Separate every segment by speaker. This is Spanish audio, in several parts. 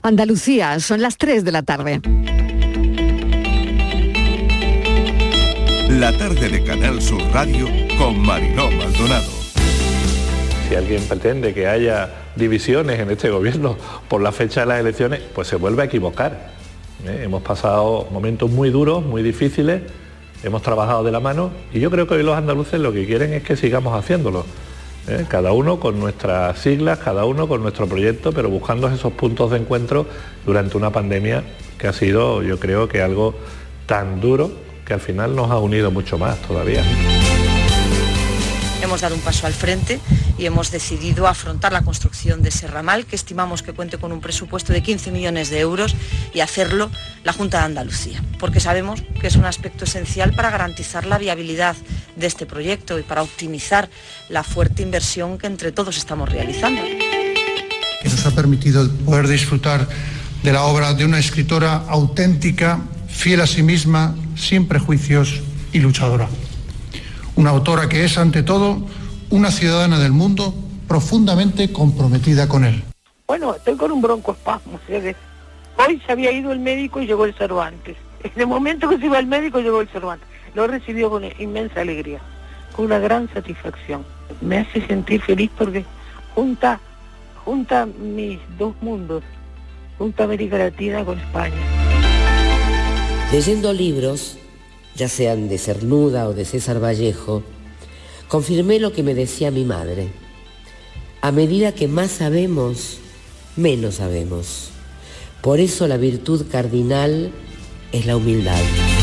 Speaker 1: Andalucía, son las 3 de la tarde.
Speaker 2: La tarde de Canal Sur Radio con Mariló Maldonado.
Speaker 3: Si alguien pretende que haya divisiones en este gobierno por la fecha de las elecciones, pues se vuelve a equivocar. Hemos pasado momentos muy duros, muy difíciles, hemos trabajado de la mano y yo creo que hoy los andaluces lo que quieren es que sigamos haciéndolo. Cada uno con nuestras siglas, cada uno con nuestro proyecto, pero buscando esos puntos de encuentro durante una pandemia que ha sido, yo creo que algo tan duro que al final nos ha unido mucho más todavía.
Speaker 4: Hemos dado un paso al frente y hemos decidido afrontar la construcción de ese ramal, que estimamos que cuente con un presupuesto de 15 millones de euros, y hacerlo la Junta de Andalucía, porque sabemos que es un aspecto esencial para garantizar la viabilidad de este proyecto y para optimizar la fuerte inversión que entre todos estamos realizando.
Speaker 5: Que nos ha permitido poder disfrutar de la obra de una escritora auténtica, fiel a sí misma, sin prejuicios y luchadora. Una autora que es, ante todo, una ciudadana del mundo profundamente comprometida con él.
Speaker 6: Bueno, estoy con un broncoespasmo, ¿sabes? Hoy se había ido el médico y llegó el Cervantes. En el momento que se iba el médico llegó el Cervantes. Lo recibió con inmensa alegría, con una gran satisfacción. Me hace sentir feliz porque junta mis dos mundos, junta América Latina con España.
Speaker 7: Leyendo libros, ya sean de Cernuda o de César Vallejo, confirmé lo que me decía mi madre. A medida que más sabemos, menos sabemos. Por eso la virtud cardinal es la humildad.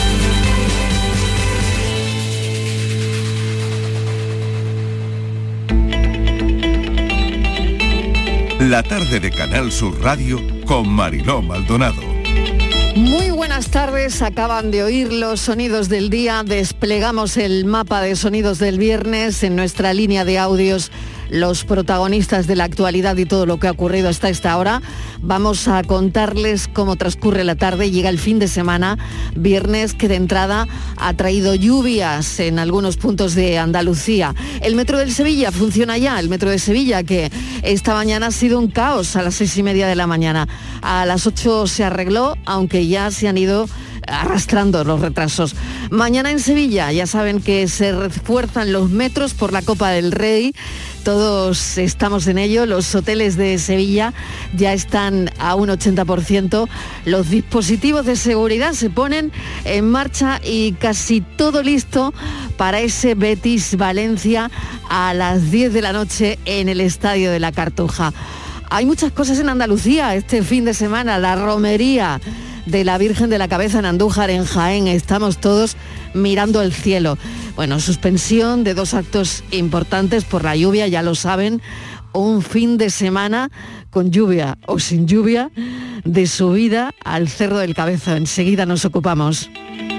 Speaker 2: La tarde de Canal Sur Radio con Mariló Maldonado.
Speaker 1: Muy buenas tardes, acaban de oír los sonidos del día, desplegamos el mapa de sonidos del viernes en nuestra línea de audios, los protagonistas de la actualidad y todo lo que ha ocurrido hasta esta hora. Vamos a contarles cómo transcurre la tarde, llega el fin de semana, viernes que de entrada ha traído lluvias en algunos puntos de Andalucía. El metro del Sevilla funciona ya, el metro de Sevilla que esta mañana ha sido un caos a las 6:30 de la mañana. A las 8 se arregló, aunque ya se han ido arrastrando los retrasos. Mañana en Sevilla, ya saben que se refuerzan los metros por la Copa del Rey. Todos estamos en ello, los hoteles de Sevilla ya están a un 80%, los dispositivos de seguridad se ponen en marcha y casi todo listo para ese Betis-Valencia a las 10 de la noche en el Estadio de la Cartuja. Hay muchas cosas en Andalucía este fin de semana, la romería de la Virgen de la Cabeza en Andújar, en Jaén, estamos todos mirando el cielo. Bueno, suspensión de 2 actos importantes por la lluvia, ya lo saben, un fin de semana con lluvia o sin lluvia de subida al Cerro del Cabezo. Enseguida nos ocupamos.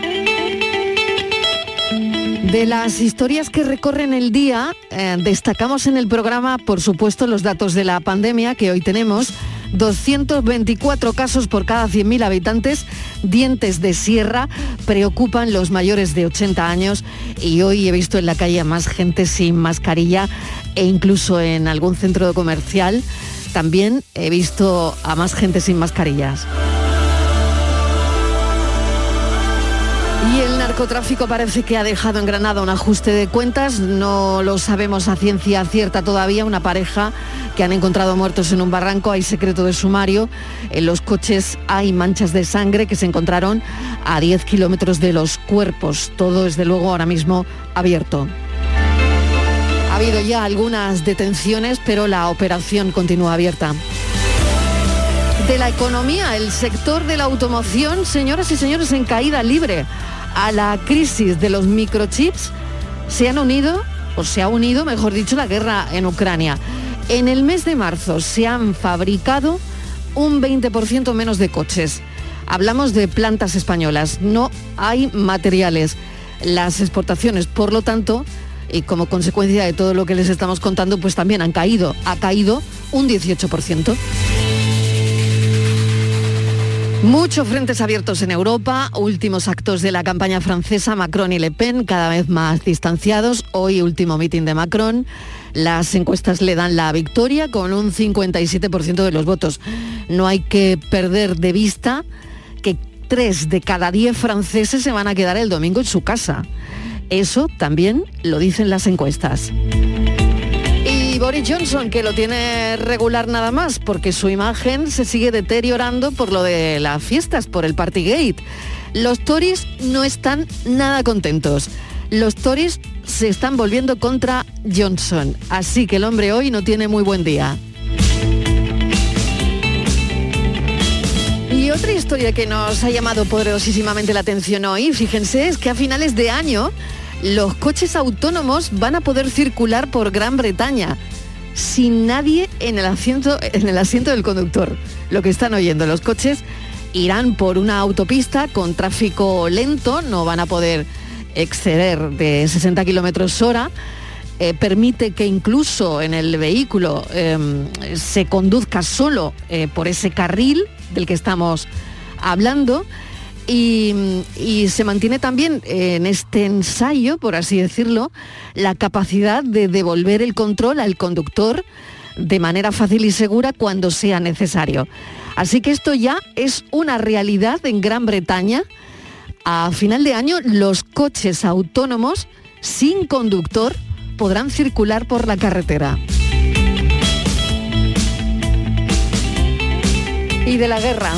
Speaker 1: De las historias que recorren el día, destacamos en el programa, por supuesto, los datos de la pandemia que hoy tenemos. 224 casos por cada 100.000 habitantes, dientes de sierra, preocupan los mayores de 80 años y hoy he visto en la calle a más gente sin mascarilla e incluso en algún centro comercial también he visto a más gente sin mascarillas. Y el narcotráfico parece que ha dejado en Granada un ajuste de cuentas, no lo sabemos a ciencia cierta todavía. Una pareja que han encontrado muertos en un barranco, hay secreto de sumario. En los coches hay manchas de sangre que se encontraron a 10 kilómetros de los cuerpos. Todo, desde luego, ahora mismo abierto. Ha habido ya algunas detenciones, pero la operación continúa abierta. De la economía, el sector de la automoción, señoras y señores, en caída libre. A la crisis de los microchips se ha unido, mejor dicho, la guerra en Ucrania. En el mes de marzo se han fabricado un 20% menos de coches. Hablamos de plantas españolas, no hay materiales. Las exportaciones, por lo tanto, y como consecuencia de todo lo que les estamos contando, pues también ha caído un 18%. Muchos frentes abiertos en Europa, últimos actos de la campaña francesa, Macron y Le Pen cada vez más distanciados. Hoy último mitin de Macron. Las encuestas le dan la victoria con un 57% de los votos. No hay que perder de vista que 3 de cada 10 franceses se van a quedar el domingo en su casa. Eso también lo dicen las encuestas. Y Boris Johnson, que lo tiene regular nada más, porque su imagen se sigue deteriorando por lo de las fiestas, por el Partygate. Los Tories no están nada contentos. Los Tories se están volviendo contra Johnson. Así que el hombre hoy no tiene muy buen día. Y otra historia que nos ha llamado poderosísimamente la atención hoy, fíjense, es que a finales de año los coches autónomos van a poder circular por Gran Bretaña sin nadie en el asiento del conductor. Lo que están oyendo, los coches irán por una autopista con tráfico lento, no van a poder exceder de 60 kilómetros hora. Permite que incluso en el vehículo se conduzca solo por ese carril del que estamos hablando. Y se mantiene también en este ensayo, por así decirlo, la capacidad de devolver el control al conductor de manera fácil y segura cuando sea necesario. Así que esto ya es una realidad en Gran Bretaña. A final de año, los coches autónomos sin conductor podrán circular por la carretera. Y de la guerra,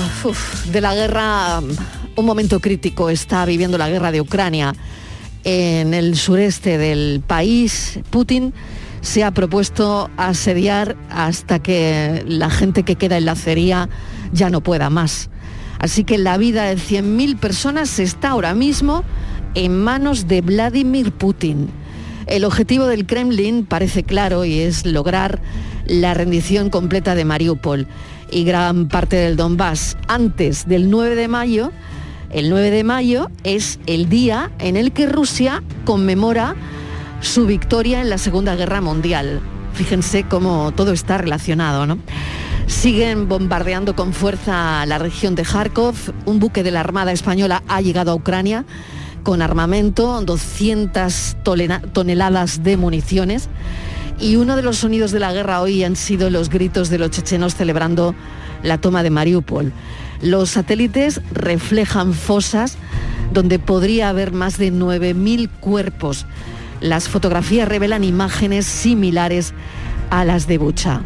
Speaker 1: un momento crítico está viviendo la guerra de Ucrania. En el sureste del país, Putin se ha propuesto asediar hasta que la gente que queda en la acería ya no pueda más. Así que la vida de 100.000 personas está ahora mismo en manos de Vladimir Putin. El objetivo del Kremlin parece claro y es lograr la rendición completa de Mariupol y gran parte del Donbass antes del 9 de mayo. El 9 de mayo es el día en el que Rusia conmemora su victoria en la Segunda Guerra Mundial. Fíjense cómo todo está relacionado, ¿no? Siguen bombardeando con fuerza la región de Kharkov. Un buque de la Armada Española ha llegado a Ucrania con armamento, 200 toneladas de municiones. Y uno de los sonidos de la guerra hoy han sido los gritos de los chechenos celebrando la toma de Mariupol. Los satélites reflejan fosas donde podría haber más de 9.000 cuerpos. Las fotografías revelan imágenes similares a las de Bucha.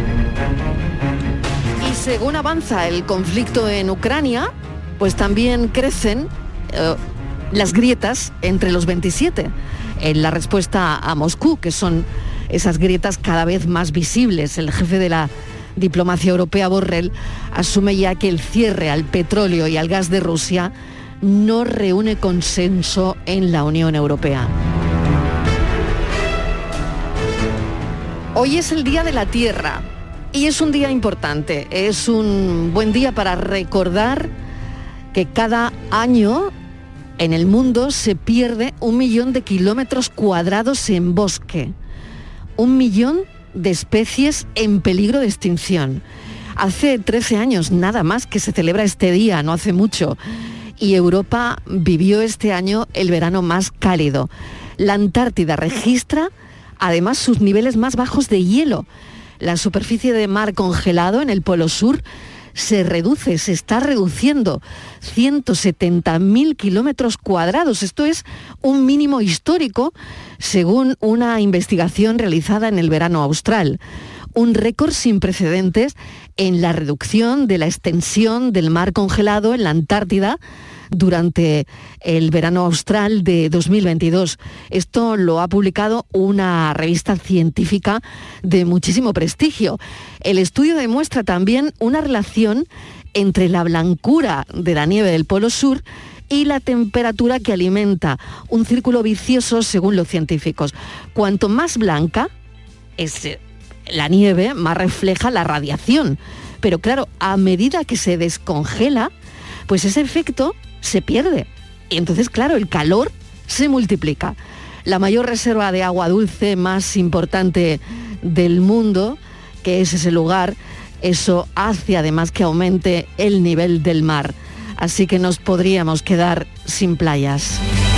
Speaker 1: Y según avanza el conflicto en Ucrania, pues también crecen las grietas entre los 27 en la respuesta a Moscú, que son esas grietas cada vez más visibles. El jefe de la diplomacia europea, Borrell, asume ya que el cierre al petróleo y al gas de Rusia no reúne consenso en la Unión Europea. Hoy es el Día de la Tierra y es un día importante, es un buen día para recordar que cada año en el mundo se pierde 1 millón de kilómetros cuadrados en bosque, 1 millón de especies en peligro de extinción. Hace 13 años nada más que se celebra este día, no hace mucho, y Europa vivió este año el verano más cálido. La Antártida registra además sus niveles más bajos de hielo. La superficie de mar congelado en el Polo Sur se está reduciendo 170.000 kilómetros cuadrados. Esto es un mínimo histórico, según una investigación realizada en el verano austral. Un récord sin precedentes en la reducción de la extensión del mar congelado en la Antártida durante el verano austral de 2022. Esto lo ha publicado una revista científica de muchísimo prestigio. El estudio demuestra también una relación entre la blancura de la nieve del Polo Sur y la temperatura que alimenta, un círculo vicioso según los científicos. Cuanto más blanca es la nieve, más refleja la radiación. Pero claro, a medida que se descongela, pues ese efecto se pierde. Y entonces, claro, el calor se multiplica. La mayor reserva de agua dulce más importante del mundo, que es ese lugar, eso hace además que aumente el nivel del mar. Así que nos podríamos quedar sin playas.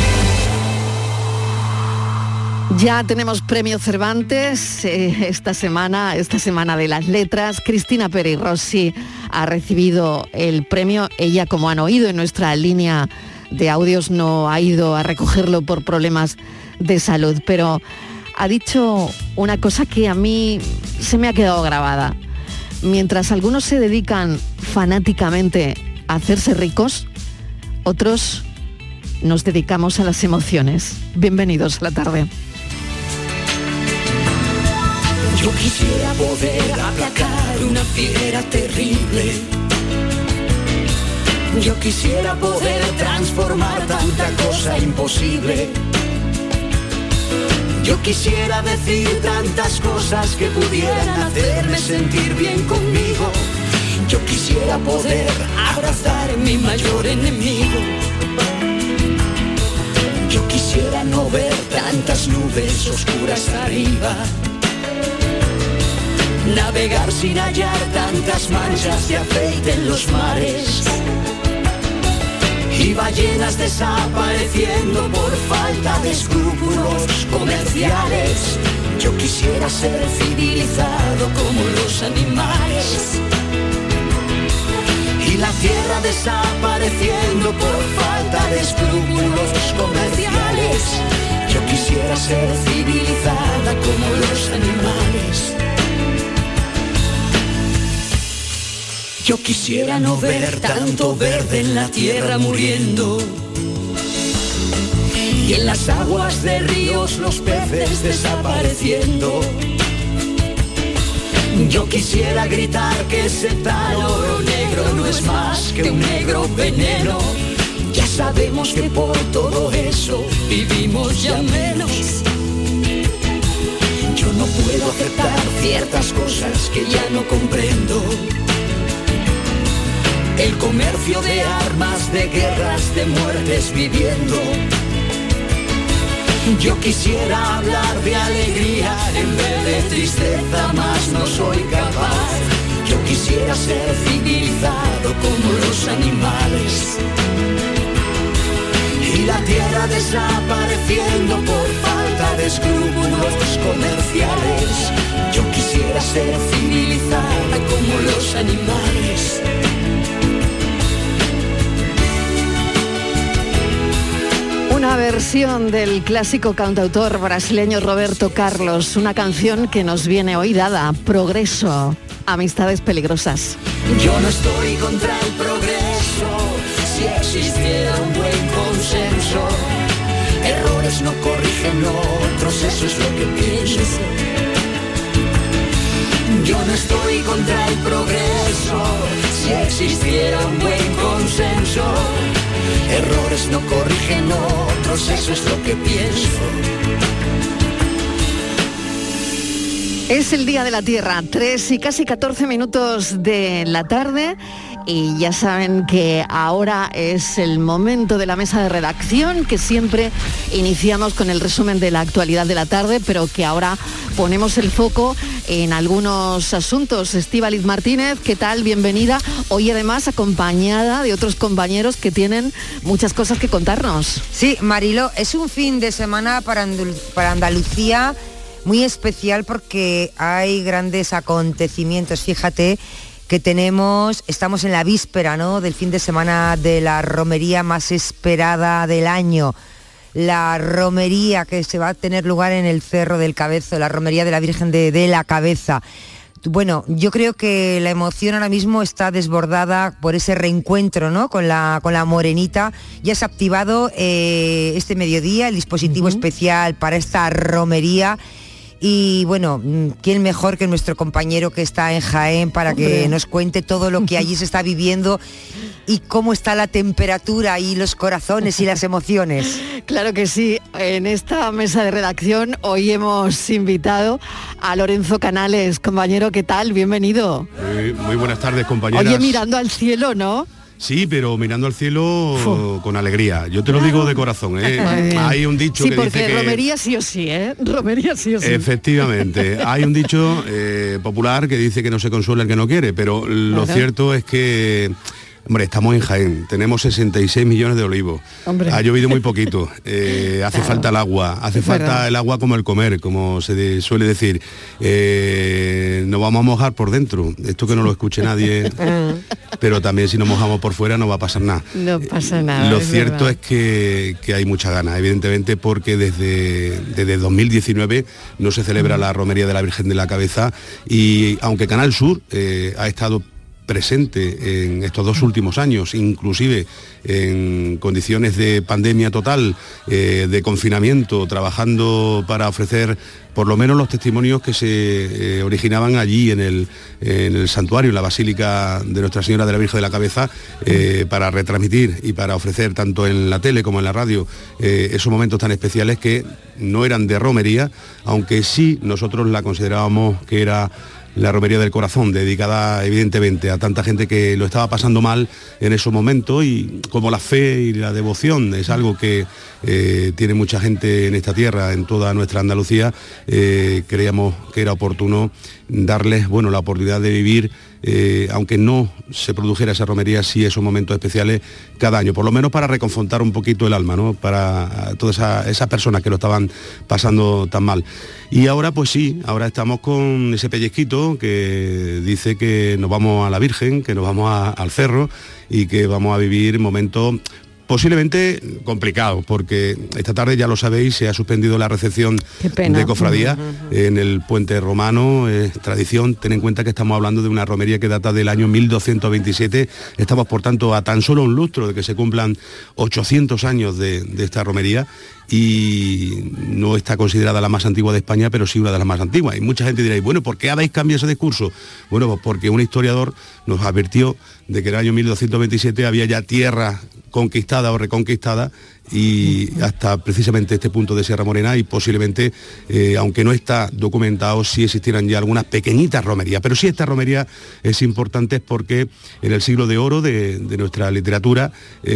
Speaker 1: Ya tenemos premio Cervantes esta semana de las letras. Cristina Peri Rossi ha recibido el premio. Ella, como han oído en nuestra línea de audios, no ha ido a recogerlo por problemas de salud, pero ha dicho una cosa que a mí se me ha quedado grabada. Mientras algunos se dedican fanáticamente a hacerse ricos, otros nos dedicamos a las emociones. Bienvenidos a la tarde.
Speaker 8: Yo quisiera poder aplacar una fiera terrible. Yo quisiera poder transformar tanta cosa imposible. Yo quisiera decir tantas cosas que pudieran hacerme sentir bien conmigo. Yo quisiera poder abrazar mi mayor enemigo. Yo quisiera no ver tantas nubes oscuras arriba. Navegar sin hallar tantas manchas de aceite en los mares. Y ballenas desapareciendo por falta de escrúpulos comerciales. Yo quisiera ser civilizado como los animales. Y la tierra desapareciendo por falta de escrúpulos comerciales. Yo quisiera ser civilizada como los animales. Yo quisiera no ver tanto verde en la tierra muriendo. Y en las aguas de ríos los peces desapareciendo. Yo quisiera gritar que ese tal oro negro no es más que un negro veneno. Ya sabemos que por todo eso vivimos ya menos. Yo no puedo aceptar ciertas cosas que ya no comprendo. El comercio de armas, de guerras, de muertes viviendo. Yo quisiera hablar de alegría en vez de tristeza, mas no soy capaz. Yo quisiera ser civilizado como los animales. Y la tierra desapareciendo por falta de escrúpulos comerciales. Yo quisiera ser civilizada como los animales.
Speaker 1: Una versión del clásico cantautor brasileño Roberto Carlos, una canción que nos viene hoy dada, Progreso, amistades peligrosas.
Speaker 8: Yo no estoy contra el progreso, si existiera un buen consenso. Errores no corrigen otros, eso es lo que pienso. Yo no estoy contra el progreso, si existiera un buen consenso. Errores no corrigen otros, eso es lo que pienso.
Speaker 1: Es el Día de la Tierra, 3 y casi 14 minutos de la tarde. Y ya saben que ahora es el momento de la mesa de redacción, que siempre iniciamos con el resumen de la actualidad de la tarde, pero que ahora ponemos el foco en algunos asuntos. Estíbaliz Martínez, ¿qué tal? Bienvenida. Hoy además acompañada de otros compañeros que tienen muchas cosas que contarnos.
Speaker 9: Sí, Mariló, es un fin de semana para Andalucía muy especial porque hay grandes acontecimientos. Fíjate que estamos en la víspera, ¿no?, del fin de semana de la romería más esperada del año. La romería que se va a tener lugar en el Cerro del Cabezo, la romería de la Virgen de la Cabeza. Bueno, yo creo que la emoción ahora mismo está desbordada por ese reencuentro, ¿no?, con la Morenita. Ya se ha activado este mediodía el dispositivo especial para esta romería. Y bueno, ¿quién mejor que nuestro compañero que está en Jaén para que nos cuente todo lo que allí se está viviendo y cómo está la temperatura y los corazones y las emociones?
Speaker 1: Claro que sí. En esta mesa de redacción hoy hemos invitado a Lorenzo Canales. Compañero, ¿qué tal? Bienvenido.
Speaker 10: Muy buenas tardes, compañeras.
Speaker 1: Oye, mirando al cielo, ¿no?
Speaker 10: Sí, pero mirando al cielo con alegría. Yo te lo digo de corazón, ¿eh? Hay un dicho que dice que...
Speaker 1: romería sí o sí, ¿eh? Romería sí o sí.
Speaker 10: Efectivamente. Hay un dicho popular que dice que no se consuela el que no quiere, pero lo cierto es que... Hombre, estamos en Jaén, tenemos 66 millones de olivos. Hombre. Ha llovido muy poquito, hace falta el agua, falta el agua como el comer, como se suele decir. Nos vamos a mojar por dentro, esto que no lo escuche nadie, pero también si nos mojamos por fuera no va a pasar nada.
Speaker 1: No pasa nada.
Speaker 10: Lo cierto es que hay mucha ganas, evidentemente, porque desde 2019 no se celebra la romería de la Virgen de la Cabeza, y aunque Canal Sur ha estado presente en estos 2 últimos años, inclusive en condiciones de pandemia total, de confinamiento, trabajando para ofrecer por lo menos los testimonios que se originaban allí en el santuario, en la Basílica de Nuestra Señora de la Virgen de la Cabeza, para retransmitir y para ofrecer tanto en la tele como en la radio esos momentos tan especiales que no eran de romería, aunque sí nosotros la considerábamos que era la romería del corazón, dedicada evidentemente a tanta gente que lo estaba pasando mal en esos momentos, y como la fe y la devoción es algo que tiene mucha gente en esta tierra, en toda nuestra Andalucía, creíamos que era oportuno darles la oportunidad de vivir, aunque no se produjera esa romería, sí esos momentos especiales cada año, por lo menos para reconfortar un poquito el alma, ¿no? Para todas esas personas que lo estaban pasando tan mal. Y ahora pues sí, ahora estamos con ese pellizquito que dice que nos vamos a la Virgen, que nos vamos al cerro y que vamos a vivir momentos posiblemente complicado, porque esta tarde, ya lo sabéis, se ha suspendido la recepción de cofradía en el Puente Romano. Es tradición, ten en cuenta que estamos hablando de una romería que data del año 1227, estamos por tanto a tan solo un lustro de que se cumplan 800 años de esta romería, y no está considerada la más antigua de España, pero sí una de las más antiguas. Y mucha gente dirá, bueno, ¿por qué habéis cambiado ese discurso? Bueno, pues porque un historiador nos advirtió de que en el año 1227 había ya tierra conquistada o reconquistada, y hasta precisamente este punto de Sierra Morena, y posiblemente, aunque no está documentado, sí existieran ya algunas pequeñitas romerías. Pero sí, esta romería es importante porque en el siglo de oro de nuestra literatura,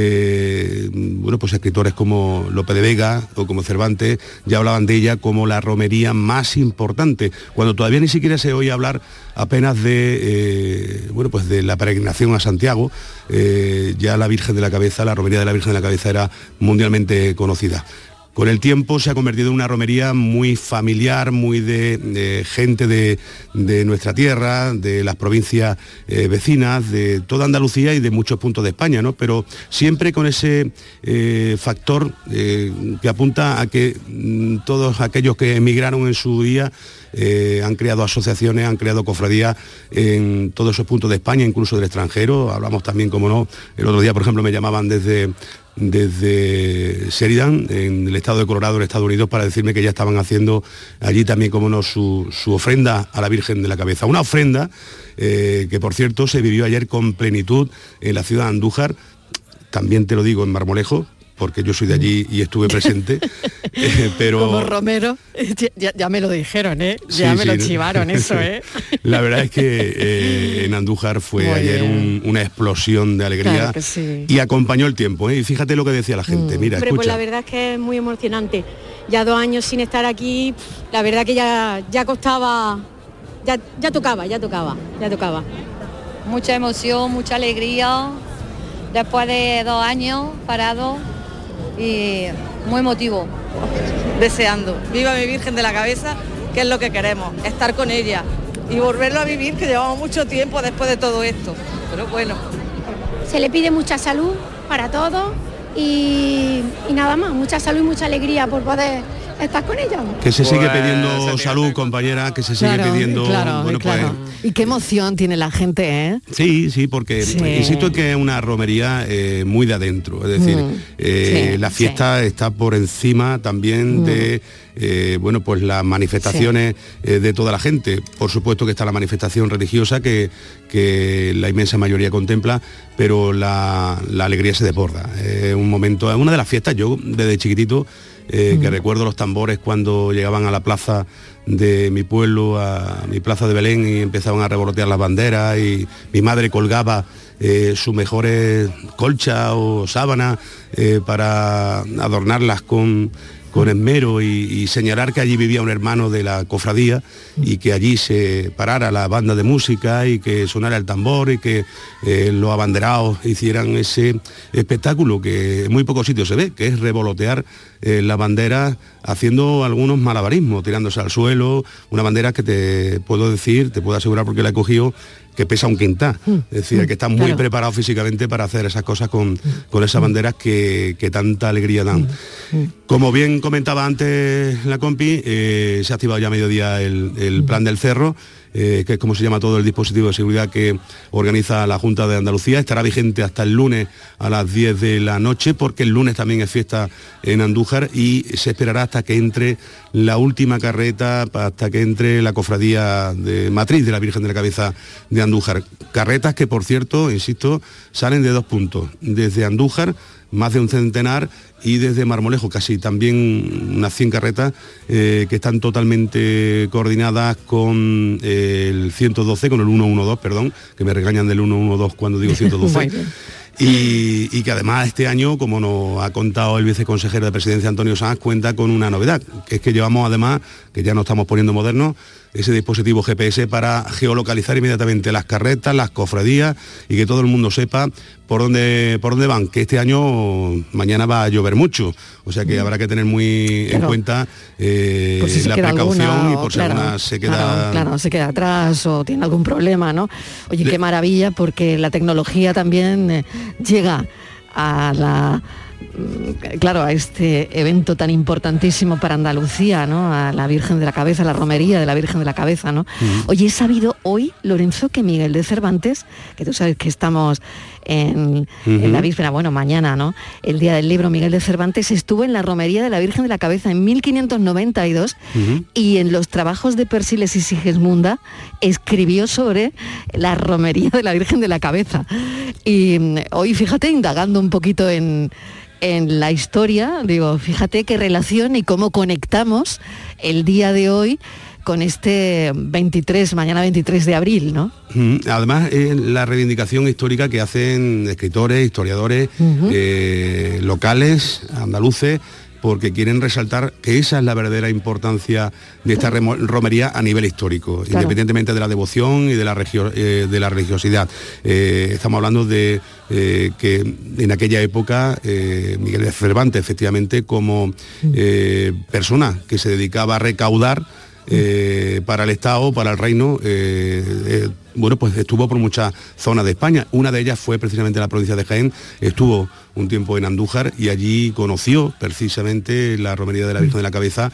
Speaker 10: pues escritores como Lope de Vega o como Cervantes ya hablaban de ella como la romería más importante, cuando todavía ni siquiera se oía hablar apenas de la peregrinación a Santiago. Ya la Virgen de la Cabeza, la romería de la Virgen de la Cabeza, era mundialmente conocida. Con el tiempo se ha convertido en una romería muy familiar, muy de gente de nuestra tierra, de las provincias vecinas, de toda Andalucía y de muchos puntos de España, ¿no? Pero siempre con ese factor que apunta a que todos aquellos que emigraron en su día han creado asociaciones, han creado cofradías en todos esos puntos de España, incluso del extranjero. Hablamos también, como no, el otro día, por ejemplo, me llamaban desde Sheridan, en el estado de Colorado, en Estados Unidos, para decirme que ya estaban haciendo allí también, como no, su ofrenda a la Virgen de la Cabeza. Una ofrenda que, por cierto, se vivió ayer con plenitud en la ciudad de Andújar, también te lo digo, en Marmolejo, porque yo soy de allí y estuve presente, pero...
Speaker 1: Como Romero, ya me lo dijeron, ya me lo chivaron eso,
Speaker 10: La verdad es que en Andújar fue muy ayer una explosión de alegría, claro que sí. Y acompañó el tiempo, y fíjate lo que decía la gente, mira, escucha.
Speaker 11: Pues la verdad es que es muy emocionante, ya 2 años sin estar aquí, la verdad que ya costaba, ya tocaba.
Speaker 12: Mucha emoción, mucha alegría, después de 2 años parados, y muy emotivo.
Speaker 13: Deseando, viva mi Virgen de la Cabeza, que es lo que queremos, estar con ella y volverlo a vivir, que llevamos mucho tiempo después de todo esto, pero bueno.
Speaker 11: Se le pide mucha salud para todos y nada más, mucha salud y mucha alegría por poder estar con ella.
Speaker 10: Que se sigue pidiendo salud, compañera, que se sigue pidiendo...
Speaker 1: Claro. Y qué emoción tiene la gente, ¿eh?
Speaker 10: Sí, porque insisto en que es una romería muy de adentro, es decir, la fiesta está por encima también de... pues las manifestaciones de toda la gente. Por supuesto que está la manifestación religiosa que la inmensa mayoría contempla, pero la alegría se desborda. Es un momento, es una de las fiestas, yo desde chiquitito, que recuerdo los tambores cuando llegaban a la plaza de mi pueblo, a mi plaza de Belén, y empezaban a revolotear las banderas, y mi madre colgaba sus mejores colchas o sábanas para adornarlas con esmero y señalar que allí vivía un hermano de la cofradía y que allí se parara la banda de música y que sonara el tambor y que los abanderados hicieran ese espectáculo que en muy pocos sitios se ve, que es revolotear la bandera haciendo algunos malabarismos, tirándose al suelo, una bandera que te puedo asegurar porque la he cogido, que pesa un quintal, es decir, que está muy preparado físicamente para hacer esas cosas con esas banderas que tanta alegría dan. Como bien comentaba antes la compi, se ha activado ya a mediodía el plan del cerro, que es como se llama todo el dispositivo de seguridad que organiza la Junta de Andalucía. Estará vigente hasta el lunes a las 10 de la noche, porque el lunes también es fiesta en Andújar y se esperará hasta que entre la última carreta, hasta que entre la cofradía de matriz de la Virgen de la Cabeza de Andújar. Carretas que, por cierto, insisto, salen de 2 puntos. Desde Andújar, más de un centenar, y desde Marmolejo casi también unas 100 carretas que están totalmente coordinadas con el 112, con el 112, perdón, que me regañan del 112 cuando digo 112. Y que además este año, como nos ha contado el viceconsejero de Presidencia Antonio Sanz, cuenta con una novedad, que es que llevamos además, que ya nos estamos poniendo modernos, ese dispositivo GPS para geolocalizar inmediatamente las carretas, las cofradías y que todo el mundo sepa por dónde van, que este año mañana va a llover mucho, o sea que habrá que tener muy en cuenta la precaución y por si alguna se queda...
Speaker 1: se queda atrás o tiene algún problema, ¿no? Oye, qué maravilla, porque la tecnología también llega a a este evento tan importantísimo para Andalucía, ¿no? A la Virgen de la Cabeza, la romería de la Virgen de la Cabeza, ¿no? Oye, he sabido hoy, Lorenzo, que Miguel de Cervantes, que tú sabes que estamos en la víspera, bueno, mañana, ¿no? El día del libro, Miguel de Cervantes estuvo en la romería de la Virgen de la Cabeza en 1592 y en los trabajos de Persiles y Sigismunda escribió sobre la romería de la Virgen de la Cabeza. Y hoy, fíjate, indagando un poquito en la historia, digo, fíjate qué relación y cómo conectamos el día de hoy con este mañana 23 de abril, ¿no?
Speaker 10: Además, la reivindicación histórica que hacen escritores, historiadores locales, andaluces, porque quieren resaltar que esa es la verdadera importancia de esta romería a nivel histórico, independientemente de la devoción y de la religiosidad. Estamos hablando de que en aquella época Miguel de Cervantes, efectivamente, como persona que se dedicaba a recaudar para el Estado, para el reino, pues estuvo por muchas zonas de España. Una de ellas fue precisamente la provincia de Jaén, estuvo un tiempo en Andújar y allí conoció precisamente la romería de la Virgen de la Cabeza,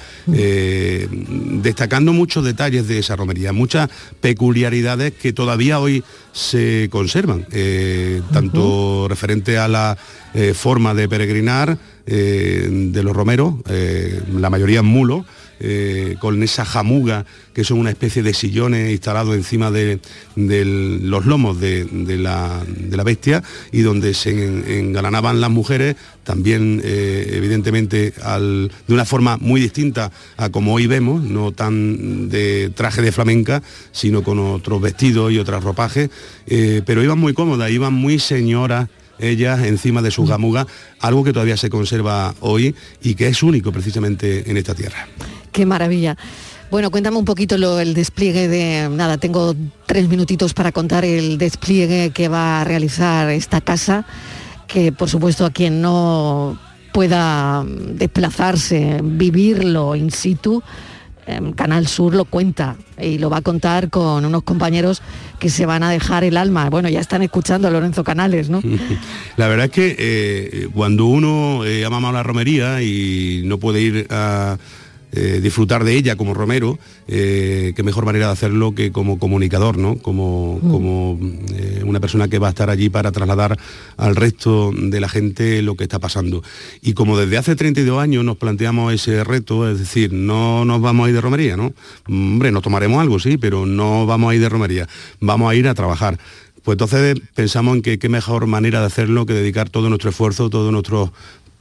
Speaker 10: destacando muchos detalles de esa romería, muchas peculiaridades que todavía hoy se conservan, tanto referente a la forma de peregrinar de los romeros, la mayoría en mulo, con esa jamuga, que son una especie de sillones instalados encima de los lomos de la bestia, y donde se engalanaban las mujeres, también evidentemente de una forma muy distinta a como hoy vemos, no tan de traje de flamenca, sino con otros vestidos y otros ropajes, pero iban muy cómodas, iban muy señoras ellas encima de sus jamugas, algo que todavía se conserva hoy y que es único precisamente en esta tierra.
Speaker 1: ¡Qué maravilla! Bueno, cuéntame un poquito el despliegue tengo 3 minutitos para contar el despliegue que va a realizar esta casa, que por supuesto a quien no pueda desplazarse, vivirlo in situ, Canal Sur lo cuenta y lo va a contar con unos compañeros que se van a dejar el alma. Bueno, ya están escuchando a Lorenzo Canales, ¿no?
Speaker 10: La verdad es que cuando uno ama más la romería y no puede ir a disfrutar de ella como romero, qué mejor manera de hacerlo que como comunicador, ¿no? Como una persona que va a estar allí para trasladar al resto de la gente lo que está pasando. Y como desde hace 32 años nos planteamos ese reto, es decir, no nos vamos a ir de romería, ¿no? Hombre, nos tomaremos algo, sí, pero no vamos a ir de romería, vamos a ir a trabajar. Pues entonces pensamos en que qué mejor manera de hacerlo que dedicar todo nuestro esfuerzo, todos nuestros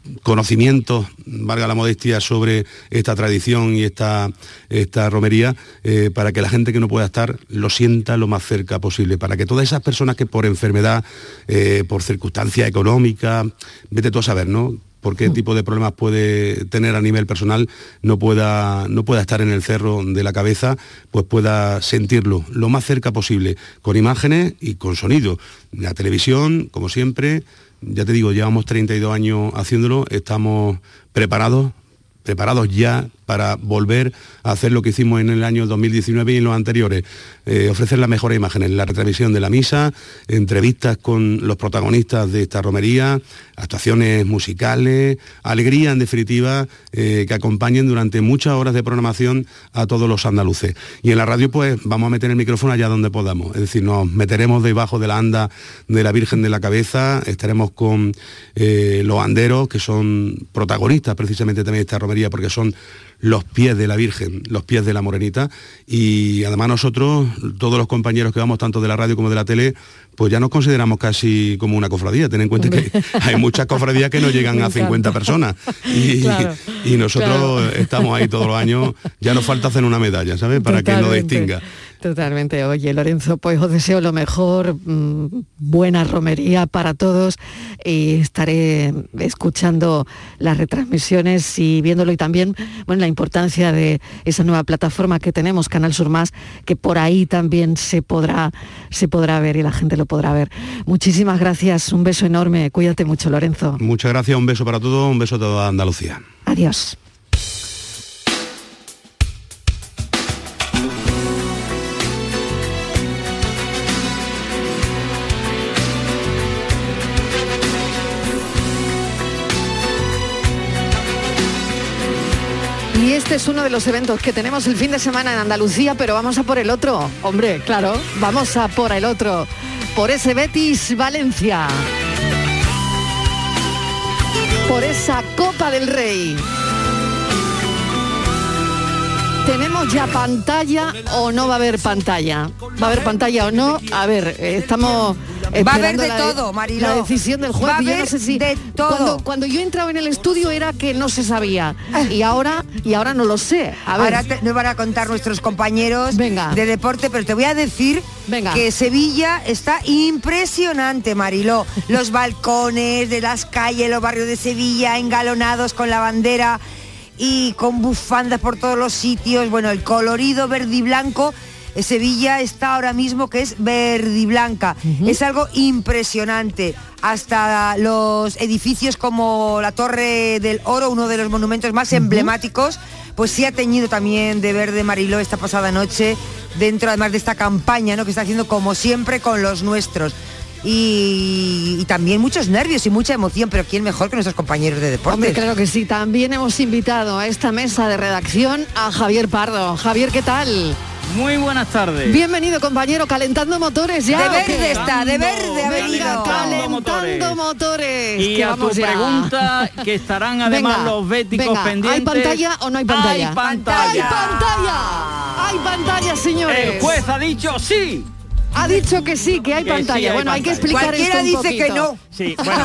Speaker 10: conocimientos, valga la modestia, sobre esta tradición y esta romería, para que la gente que no pueda estar lo sienta lo más cerca posible, para que todas esas personas que por enfermedad, por circunstancias económicas, vete tú a saber, ¿no?, por qué tipo de problemas puede tener a nivel personal, no pueda estar en el Cerro de la Cabeza, pues pueda sentirlo lo más cerca posible, con imágenes y con sonido. La televisión, como siempre, ya te digo, llevamos 32 años haciéndolo, estamos preparados ya para volver a hacer lo que hicimos en el año 2019 y en los anteriores, ofrecer las mejores imágenes, la retransmisión de la misa, entrevistas con los protagonistas de esta romería, actuaciones musicales, alegría en definitiva, que acompañen durante muchas horas de programación a todos los andaluces. Y en la radio pues vamos a meter el micrófono allá donde podamos, es decir, nos meteremos debajo de la anda de la Virgen de la Cabeza, estaremos con los anderos, que son protagonistas precisamente también de esta romería, porque son los pies de la Virgen, los pies de la Morenita, y además nosotros, todos los compañeros que vamos tanto de la radio como de la tele, pues ya nos consideramos casi como una cofradía. Ten en cuenta que hay muchas cofradías que no llegan a 50 personas y nosotros estamos ahí todos los años, ya nos falta hacer una medalla, ¿sabes?, para que nos distinga.
Speaker 1: Totalmente. Oye, Lorenzo, pues os deseo lo mejor, buena romería para todos, y estaré escuchando las retransmisiones y viéndolo, y también, bueno, la importancia de esa nueva plataforma que tenemos, Canal Sur Más, que por ahí también se podrá ver y la gente lo podrá ver. Muchísimas gracias, un beso enorme, cuídate mucho, Lorenzo.
Speaker 10: Muchas gracias, un beso para todos, un beso a toda Andalucía.
Speaker 1: Adiós. Y este es uno de los eventos que tenemos el fin de semana en Andalucía, pero vamos a por el otro. Hombre, claro, vamos a por el otro. Por ese Betis Valencia. Por esa Copa del Rey. ¿Tenemos ya pantalla o no va a haber pantalla? ¿Va a haber pantalla o no? A ver, estamos
Speaker 9: va a haber de todo, Mariló.
Speaker 1: La decisión del juez.
Speaker 9: Va a haber,
Speaker 1: yo no sé si
Speaker 9: de todo.
Speaker 1: Cuando yo entraba en el estudio era que no se sabía. Y ahora no lo sé. A ver.
Speaker 9: Ahora nos van a contar nuestros compañeros de deporte, pero te voy a decir que Sevilla está impresionante, Mariló. Los balcones de las calles, los barrios de Sevilla engalonados con la bandera y con bufandas por todos los sitios. Bueno, el colorido verde y blanco. Sevilla está ahora mismo que es verde y blanca. Es algo impresionante. Hasta los edificios como la Torre del Oro, uno de los monumentos más emblemáticos, pues sí ha teñido también de verde, Mariló, esta pasada noche, dentro además de esta campaña, ¿no?, que está haciendo como siempre con los nuestros. Y también muchos nervios y mucha emoción, pero ¿quién mejor que nuestros compañeros de deporte?
Speaker 1: Hombre, claro que sí. También hemos invitado a esta mesa de redacción a Javier Pardo. Javier, ¿qué tal?
Speaker 14: Muy buenas tardes.
Speaker 1: Bienvenido, compañero, calentando motores ya.
Speaker 9: De verde está, de verde ha venido.
Speaker 1: Calentando motores.
Speaker 14: Y a tu pregunta, que estarán además los béticos pendientes.
Speaker 1: ¿Hay pantalla o no hay pantalla?
Speaker 14: ¡Hay pantalla!
Speaker 1: ¡Hay pantalla! ¡Hay pantalla, señores!
Speaker 14: El juez ha dicho sí.
Speaker 1: Ha dicho que sí, que hay pantalla.
Speaker 14: Sí, hay
Speaker 1: bueno,
Speaker 14: pantalla.
Speaker 1: Hay que explicar
Speaker 9: Cualquiera
Speaker 1: esto un
Speaker 9: dice
Speaker 1: poquito.
Speaker 9: que no.
Speaker 14: Sí, bueno,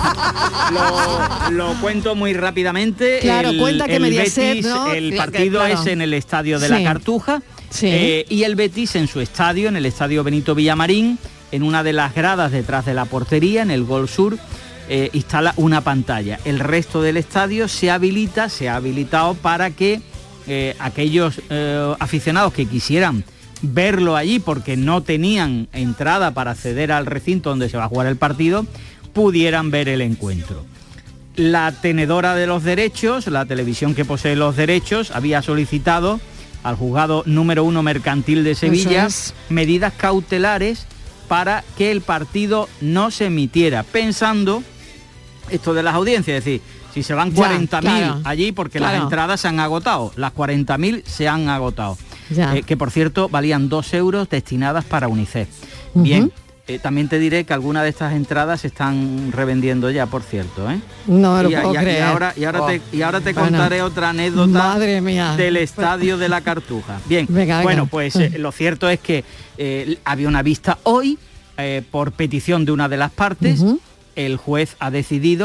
Speaker 14: lo cuento muy rápidamente.
Speaker 1: Claro, cuenta que Mediaset,
Speaker 14: Betis,
Speaker 1: ¿no?
Speaker 14: El partido es en el estadio de la Cartuja.
Speaker 1: Sí.
Speaker 14: Y el Betis en su estadio, en el estadio Benito Villamarín, en una de las gradas detrás de la portería, en el gol sur, instala una pantalla. El resto del estadio se ha habilitado para que aquellos aficionados que quisieran verlo allí porque no tenían entrada para acceder al recinto donde se va a jugar el partido, pudieran ver el encuentro. La tenedora de los derechos, la televisión que posee los derechos, había solicitado al juzgado número 1 mercantil de Sevilla medidas cautelares para que el partido no se emitiera, pensando esto de las audiencias, es decir, si se van 40.000 allí, porque las entradas se han agotado, las 40.000 se han agotado. Que por cierto valían 2 euros destinadas para UNICEF. Bien, también te diré que algunas de estas entradas se están revendiendo ya, por cierto, ¿eh?
Speaker 1: No lo puedo creer.
Speaker 14: Y ahora te contaré otra anécdota,
Speaker 1: madre mía,
Speaker 14: del estadio de la Cartuja. Bien,
Speaker 1: venga.
Speaker 14: Pues lo cierto es que había una vista hoy por petición de una de las partes. El juez ha decidido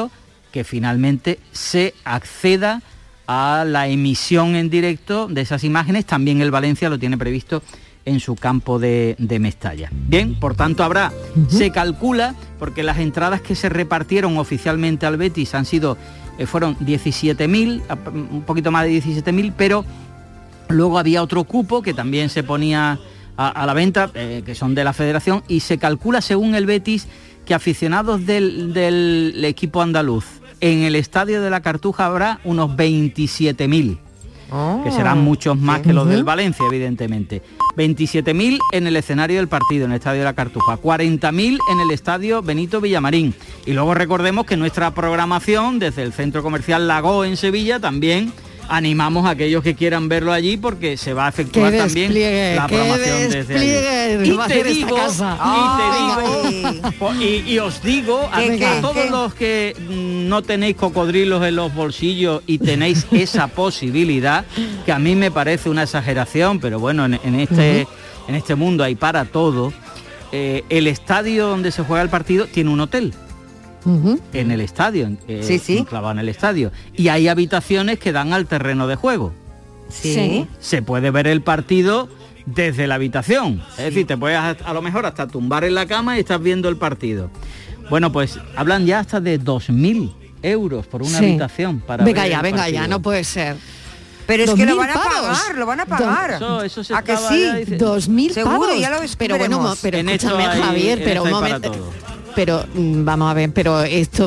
Speaker 14: que finalmente se acceda a la emisión en directo de esas imágenes. También el Valencia lo tiene previsto en su campo de Mestalla. Bien, por tanto habrá, se calcula, porque las entradas que se repartieron oficialmente al Betis fueron 17.000, un poquito más de 17.000, pero luego había otro cupo que también se ponía a la venta, que son de la Federación, y se calcula, según el Betis, que aficionados del equipo andaluz en el estadio de la Cartuja habrá unos 27.000, que serán muchos más que los del Valencia, evidentemente. 27.000 en el escenario del partido, en el estadio de la Cartuja, 40.000 en el estadio Benito Villamarín. Y luego recordemos que nuestra programación desde el Centro Comercial Lago en Sevilla también animamos a aquellos que quieran verlo allí, porque se va a efectuar también la programación desde allí. Y os digo a todos los que no tenéis cocodrilos en los bolsillos y tenéis esa posibilidad, que a mí me parece una exageración, pero bueno, en este mundo hay para todo. El estadio donde se juega el partido tiene un hotel. En el estadio, enclavado en el estadio, y hay habitaciones que dan al terreno de juego. Se puede ver el partido desde la habitación, es decir, te puedes a lo mejor hasta tumbar en la cama y estás viendo el partido. Bueno, pues hablan ya hasta de 2.000 euros por una habitación para
Speaker 1: venga ya, no puede ser.
Speaker 9: Pero es que lo van a pagar.
Speaker 14: Eso se
Speaker 9: ¿A que sí?
Speaker 1: 2.000 pavos.
Speaker 9: Ya lo
Speaker 1: pero bueno, pero escúchame, Javier, pero un momento. Pero vamos a ver, pero esto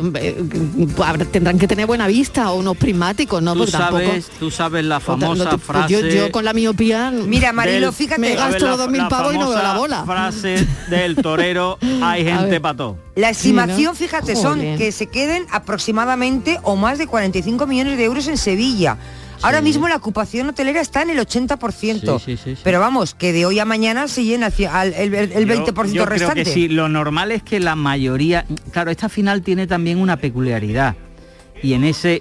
Speaker 1: tendrán que tener buena vista o unos prismáticos, ¿no?
Speaker 14: Tú sabes la famosa frase.
Speaker 1: Yo con la miopía,
Speaker 9: mira, Marilo, fíjate,
Speaker 1: me gasto los 2.000 pavos y no veo la bola.
Speaker 14: Frase del torero, hay gente para todo.
Speaker 9: La estimación, fíjate, son que se queden aproximadamente o más de 45 millones de euros en Sevilla. Ahora mismo la ocupación hotelera está en el 80%, sí. Pero vamos, que de hoy a mañana se llena el 20%
Speaker 14: yo
Speaker 9: restante.
Speaker 14: Creo que sí, lo normal es que la mayoría, claro, esta final tiene también una peculiaridad, y en ese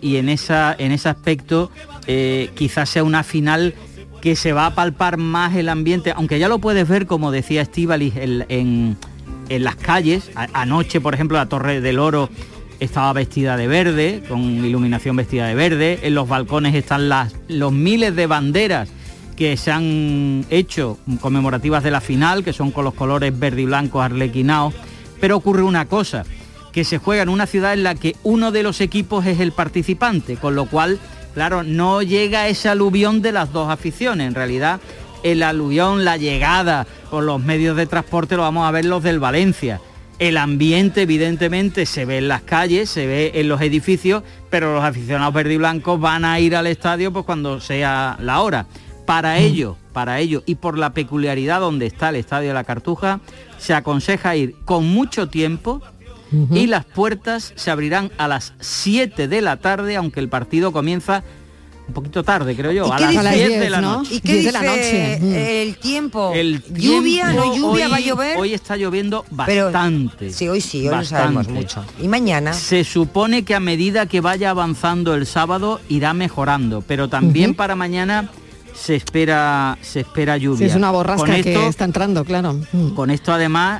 Speaker 14: aspecto quizás sea una final que se va a palpar más el ambiente, aunque ya lo puedes ver, como decía Estíbaliz, en las calles. Anoche, por ejemplo, la Torre del Oro estaba vestida de verde, con iluminación vestida de verde. En los balcones están los miles de banderas que se han hecho conmemorativas de la final, que son con los colores verde y blanco arlequinados. Pero ocurre una cosa, que se juega en una ciudad en la que uno de los equipos es el participante, con lo cual, claro, no llega ese aluvión de las dos aficiones. En realidad, el aluvión, la llegada por los medios de transporte, lo vamos a ver los del Valencia. El ambiente, evidentemente, se ve en las calles, se ve en los edificios, pero los aficionados verde y blancos van a ir al estadio pues cuando sea la hora. Para ello, y por la peculiaridad donde está el estadio de la Cartuja, se aconseja ir con mucho tiempo, y las puertas se abrirán a las 7 de la tarde, aunque el partido comienza un poquito tarde, creo yo, a las 10 de la noche.
Speaker 9: ¿Y qué dice el tiempo? ¿Lluvia, no lluvia, va a llover?
Speaker 14: Hoy está lloviendo bastante.
Speaker 9: Pero, sí, hoy lo sabemos mucho. ¿Y mañana?
Speaker 14: Se supone que a medida que vaya avanzando el sábado irá mejorando, pero también para mañana se espera lluvia.
Speaker 1: Sí, es una borrasca que está entrando, claro.
Speaker 14: Con esto además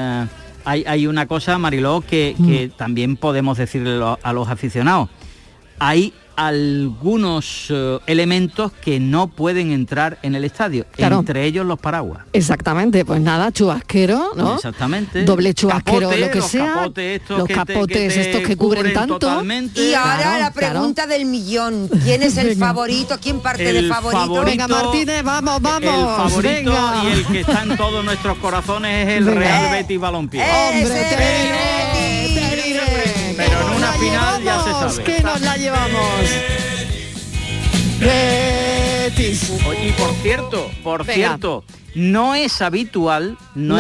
Speaker 14: hay una cosa, Mariló, que también podemos decirle a los aficionados. Hay algunos elementos que no pueden entrar en el estadio, entre ellos los paraguas.
Speaker 1: Exactamente, pues nada, chubasquero, ¿no?
Speaker 14: Exactamente.
Speaker 1: Doble chubasquero, lo que sea.
Speaker 14: Los
Speaker 1: capotes estos que cubren tanto.
Speaker 14: Totalmente.
Speaker 9: Y ahora la pregunta del millón. ¿Quién es el favorito? ¿Quién parte de favorito?
Speaker 1: Venga, Martínez, vamos.
Speaker 14: El favorito y el que está en todos nuestros corazones es el Real Betis Balompié.
Speaker 1: ¡Hombre,
Speaker 14: pero en una final ya se sabe.
Speaker 1: Que nos la llevamos. Betis.
Speaker 14: Y por cierto, no es habitual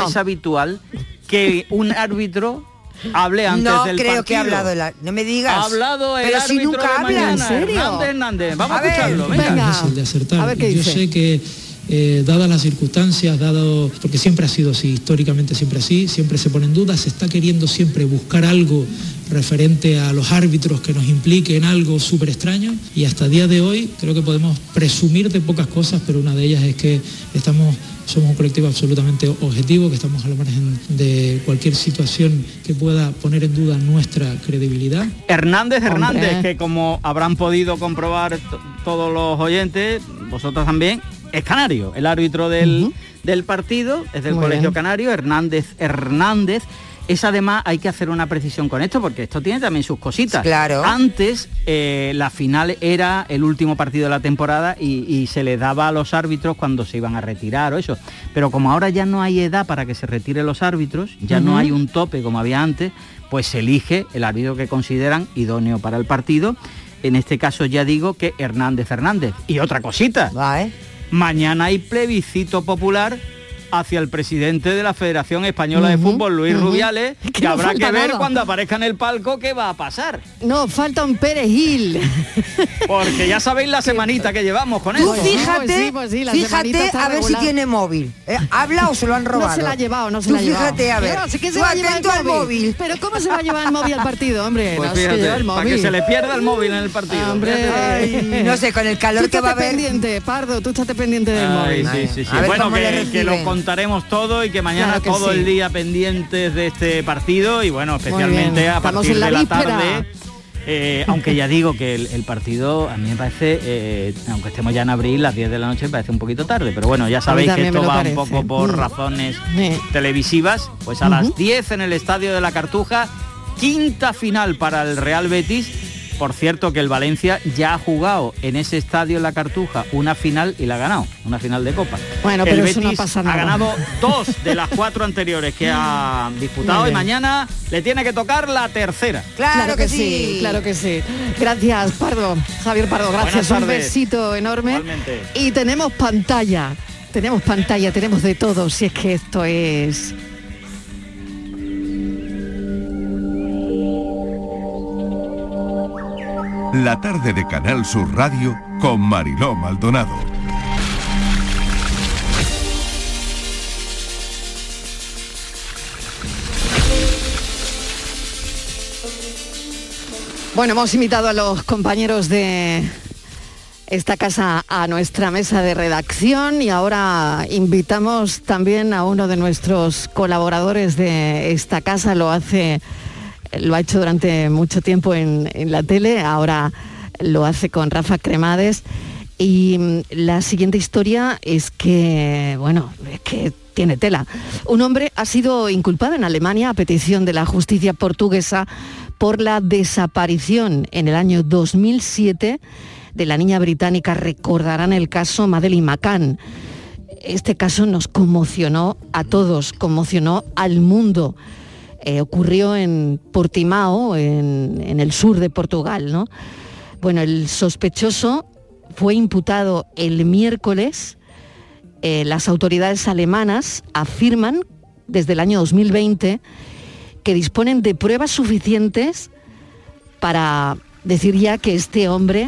Speaker 14: que un árbitro hable antes del partido.
Speaker 9: No creo que ha hablado no me digas.
Speaker 14: Ha hablado el árbitro
Speaker 9: si nunca habla,
Speaker 14: mañana,
Speaker 9: ¿en serio?
Speaker 14: Hernández. Vamos a escucharlo.
Speaker 1: Venga.
Speaker 15: Difícil de acertar.
Speaker 1: A ver qué dice.
Speaker 15: Yo sé que dadas las circunstancias, porque siempre ha sido así, históricamente siempre así, siempre se ponen dudas, se está queriendo siempre buscar algo referente a los árbitros que nos implique en algo súper extraño, y hasta el día de hoy creo que podemos presumir de pocas cosas, pero una de ellas es que somos un colectivo absolutamente objetivo, que estamos al margen de cualquier situación que pueda poner en duda nuestra credibilidad.
Speaker 14: Hernández, que como habrán podido comprobar todos los oyentes, vosotros también, es canario, el árbitro del partido, es del Colegio Canario. Hernández. Es además, hay que hacer una precisión con esto, porque esto tiene también sus cositas.
Speaker 9: Claro.
Speaker 14: Antes, la final era el último partido de la temporada y se le daba a los árbitros cuando se iban a retirar o eso. Pero como ahora ya no hay edad para que se retiren los árbitros, ya no hay un tope como había antes, pues se elige el árbitro que consideran idóneo para el partido. En este caso ya digo que Hernández. Y otra cosita. Mañana hay plebiscito popular hacia el presidente de la Federación Española de Fútbol, Luis Rubiales, que habrá que ver cuando aparezca en el palco qué va a pasar.
Speaker 1: No, falta un perejil.
Speaker 14: Porque ya sabéis la semanita que llevamos con eso.
Speaker 9: Tú fíjate, fíjate a ver si tiene móvil. ¿Habla o se lo han robado?
Speaker 1: No se la ha llevado,
Speaker 9: Fíjate, a ver.
Speaker 1: Sí que se va a llevar el móvil. Pero ¿cómo se va a llevar el móvil al partido, hombre?
Speaker 14: Pues fíjate, para que se le pierda el móvil en el partido.
Speaker 9: Hombre, no sé, con el calor que va a haber.
Speaker 1: Pendiente, Pardo, tú estate pendiente del móvil.
Speaker 14: Sí. Bueno, que lo contaremos todo y que mañana todo el día pendientes de este partido y bueno, especialmente a partir de la tarde. Aunque ya digo que el partido a mí me parece, aunque estemos ya en abril, las 10 de la noche me parece un poquito tarde, pero bueno, ya sabéis que esto va un poco por razones televisivas. Pues a las 10 en el Estadio de la Cartuja, quinta final para el Real Betis. Por cierto que el Valencia ya ha jugado en ese estadio en la Cartuja una final y la ha ganado, una final de Copa.
Speaker 1: Bueno,
Speaker 14: pero
Speaker 1: el
Speaker 14: Betis
Speaker 1: eso no pasa nada.
Speaker 14: Ha ganado 2 de las 4 anteriores que ha disputado y mañana le tiene que tocar la tercera.
Speaker 1: Claro que sí. Gracias, Pardo. Javier Pardo, gracias. Un besito enorme.
Speaker 14: Igualmente.
Speaker 1: Y tenemos pantalla, tenemos de todo, si es que esto es...
Speaker 2: La tarde de Canal Sur Radio con Mariló Maldonado.
Speaker 1: Bueno, hemos invitado a los compañeros de esta casa a nuestra mesa de redacción y ahora invitamos también a uno de nuestros colaboradores de esta casa. Lo ha hecho durante mucho tiempo en la tele, ahora lo hace con Rafa Cremades. Y la siguiente historia es que tiene tela. Un hombre ha sido inculpado en Alemania a petición de la justicia portuguesa por la desaparición en el año 2007 de la niña británica. Recordarán el caso Madeleine McCann. Este caso nos conmocionó a todos, conmocionó al mundo. Ocurrió en Portimao, en el sur de Portugal, ¿no? Bueno, el sospechoso fue imputado el miércoles. Las autoridades alemanas afirman desde el año 2020 que disponen de pruebas suficientes para decir ya que este hombre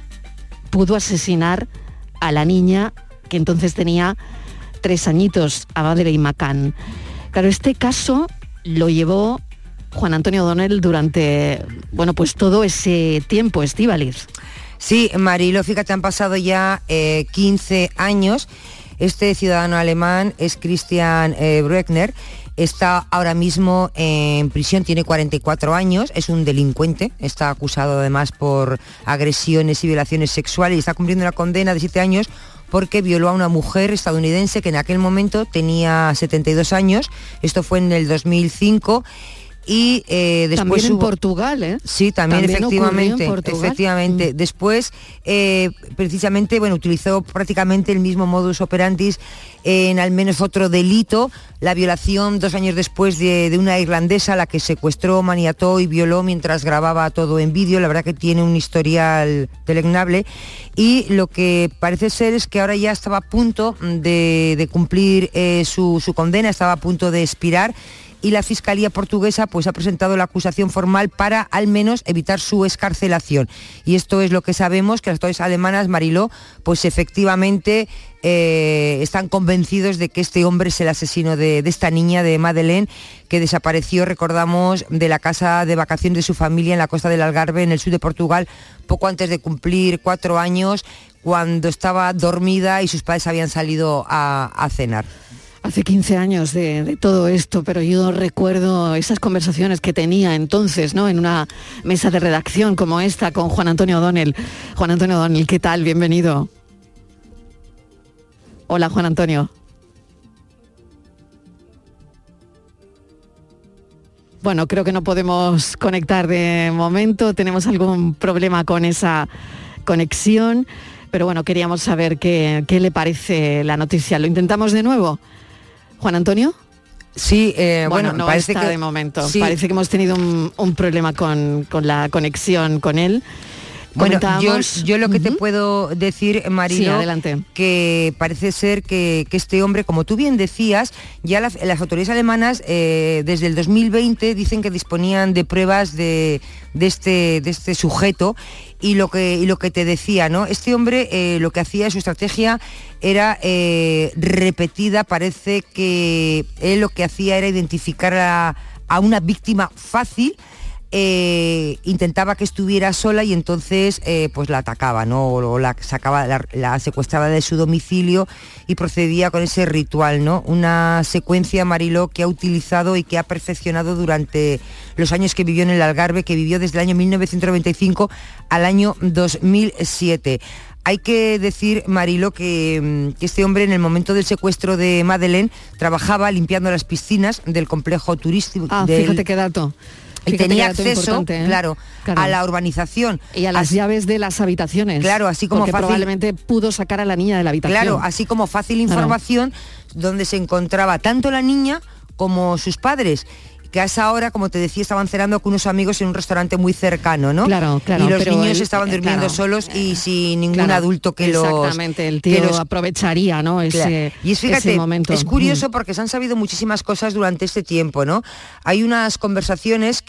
Speaker 1: pudo asesinar a la niña que entonces tenía 3 añitos, a Madeleine McCann. Claro, este caso lo llevó Juan Antonio O'Donnell durante, pues todo ese tiempo, Estíbaliz.
Speaker 9: Sí, Marilo, fíjate, han pasado ya 15 años. Este ciudadano alemán es Christian Bruckner. Está ahora mismo en prisión, tiene 44 años, es un delincuente, está acusado además por agresiones y violaciones sexuales y está cumpliendo una condena de 7 años porque violó a una mujer estadounidense que en aquel momento tenía 72 años, esto fue en el 2005. Y después
Speaker 1: también en Portugal, ¿eh?
Speaker 9: Sí, también efectivamente. Después, precisamente, utilizó prácticamente el mismo modus operandi en al menos otro delito, la violación 2 años después de una irlandesa a la que secuestró, maniató y violó mientras grababa todo en vídeo. La verdad que tiene un historial deleznable y lo que parece ser es que ahora ya estaba a punto de cumplir su condena, estaba a punto de expirar. y la Fiscalía portuguesa pues ha presentado la acusación formal para al menos evitar su excarcelación. Y esto es lo que sabemos, que las autoridades alemanas, Mariló, pues efectivamente están convencidos de que este hombre es el asesino de esta niña, de Madeleine, que desapareció, recordamos, de la casa de vacaciones de su familia en la costa del Algarve, en el sur de Portugal, poco antes de cumplir 4 años, cuando estaba dormida y sus padres habían salido a cenar.
Speaker 1: Hace 15 años de todo esto, pero yo recuerdo esas conversaciones que tenía entonces, ¿no?, en una mesa de redacción como esta con Juan Antonio O'Donnell. Juan Antonio O'Donnell, ¿qué tal? Bienvenido. Hola, Juan Antonio. Bueno, creo que no podemos conectar de momento, tenemos algún problema con esa conexión, pero bueno, queríamos saber qué le parece la noticia. ¿Lo intentamos de nuevo? Juan Antonio.
Speaker 9: Sí, bueno,
Speaker 1: no
Speaker 9: parece
Speaker 1: está
Speaker 9: que
Speaker 1: de momento.
Speaker 9: Sí.
Speaker 1: Parece que hemos tenido un problema con la conexión con él.
Speaker 9: Bueno, yo lo que te puedo decir, Marilo,
Speaker 1: sí, adelante,
Speaker 9: que parece ser que este hombre, como tú bien decías, ya las autoridades alemanas desde el 2020 dicen que disponían de pruebas de este sujeto. Y lo que te decía, ¿no? Este hombre lo que hacía, su estrategia era repetida. Parece que él lo que hacía era identificar a una víctima fácil. Intentaba que estuviera sola y entonces pues la atacaba, ¿no? O la sacaba, la secuestraba de su domicilio y procedía con ese ritual, ¿no? Una secuencia, Mariló, que ha utilizado y que ha perfeccionado durante los años que vivió en el Algarve, que vivió desde el año 1995 al año 2007. Hay que decir, Marilo, que este hombre en el momento del secuestro de Madeleine trabajaba limpiando las piscinas del complejo turístico.
Speaker 1: Fíjate qué dato.
Speaker 9: Y tenía acceso, claro, a la urbanización.
Speaker 1: Y a las llaves de las habitaciones.
Speaker 9: Claro, así como
Speaker 1: porque probablemente pudo sacar a la niña de la habitación.
Speaker 9: Claro, así como fácil información, donde se encontraba tanto la niña como sus padres, que a esa hora, como te decía, estaban cenando con unos amigos en un restaurante muy cercano, ¿no?
Speaker 1: Claro.
Speaker 9: Y los niños estaban durmiendo solos y sin ningún adulto que los...
Speaker 1: Exactamente, el tío aprovecharía, ¿no?
Speaker 9: Ese momento. Es curioso porque se han sabido muchísimas cosas durante este tiempo, ¿no? Hay unas conversaciones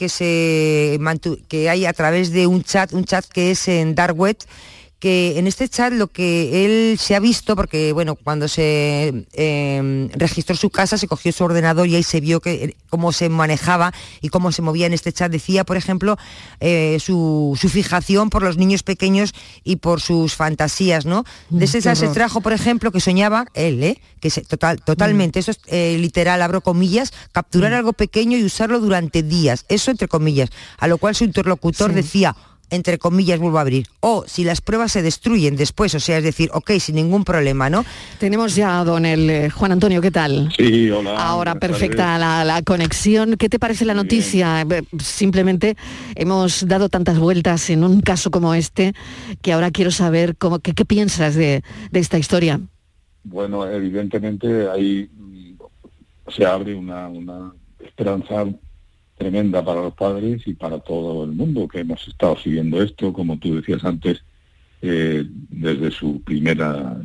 Speaker 9: que hay a través de un chat que es en Dark Web, que en este chat lo que él se ha visto, porque bueno, cuando se registró su casa se cogió su ordenador y ahí se vio cómo se manejaba y cómo se movía en este chat. Decía, por ejemplo, su fijación por los niños pequeños y por sus fantasías, ¿no? De ese chat se trajo, por ejemplo, que soñaba él, que totalmente, eso es literal, abro comillas, capturar algo pequeño y usarlo durante días, eso entre comillas, a lo cual su interlocutor decía, entre comillas, vuelvo a abrir, o si las pruebas se destruyen después, o sea, es decir, ok, sin ningún problema, ¿no?
Speaker 1: Tenemos ya a Juan Antonio, ¿qué tal?
Speaker 16: Sí, hola.
Speaker 1: Ahora perfecta la conexión. ¿Qué te parece la noticia? Simplemente hemos dado tantas vueltas en un caso como este que ahora quiero saber qué piensas de esta historia.
Speaker 16: Bueno, evidentemente ahí se abre una esperanza tremenda para los padres y para todo el mundo que hemos estado siguiendo esto, como tú decías antes, desde su primera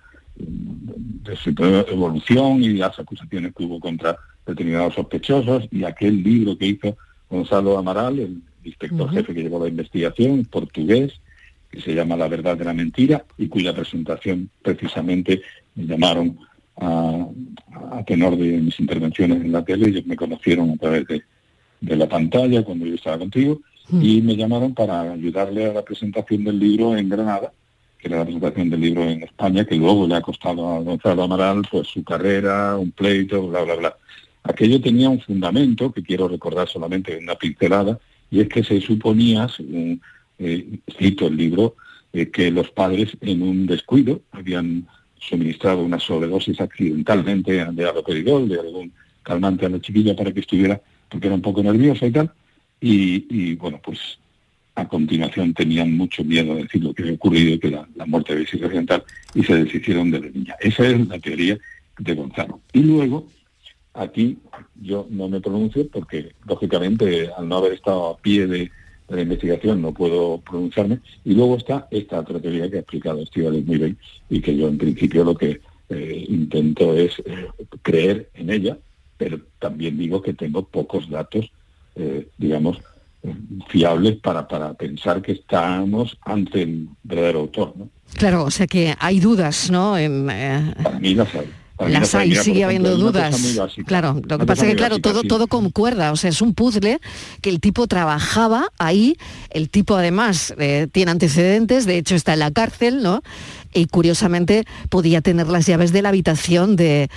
Speaker 16: evolución y las acusaciones que hubo contra determinados sospechosos y aquel libro que hizo Gonzalo Amaral, el inspector jefe que llevó la investigación, portugués, que se llama La verdad de la mentira y cuya presentación precisamente me llamaron a tenor de mis intervenciones en la tele. Ellos me conocieron a través de la pantalla cuando yo estaba contigo y me llamaron para ayudarle a la presentación del libro en Granada, que era la presentación del libro en España, que luego le ha costado a Gonzalo Amaral pues su carrera, un pleito, bla, bla, bla. Aquello tenía un fundamento que quiero recordar solamente en una pincelada, y es que se suponía, según escrito el libro, que los padres en un descuido habían suministrado una sobredosis accidentalmente de haloperidol, de algún calmante a la chiquilla para que estuviera, porque era un poco nerviosa y tal, y bueno, pues a continuación tenían mucho miedo de decir lo que había ocurrido, que la muerte había sido accidental, y se deshicieron de la niña. Esa es la teoría de Gonzalo. Y luego, aquí yo no me pronuncio porque, lógicamente, al no haber estado a pie de la investigación no puedo pronunciarme, y luego está esta otra teoría que ha explicado Estíbaliz muy bien, y que yo en principio lo que intento es creer en ella, pero también digo que tengo pocos datos, digamos, fiables para pensar que estamos ante el verdadero autor, ¿no?
Speaker 1: Claro, o sea que hay dudas, ¿no?
Speaker 16: Para mí las hay.
Speaker 1: Las hay, sigue habiendo dudas. Claro, lo que pasa es que, claro, todo concuerda, o sea, es un puzzle que el tipo trabajaba ahí, el tipo además tiene antecedentes, de hecho está en la cárcel, ¿no? Y curiosamente podía tener las llaves de la habitación,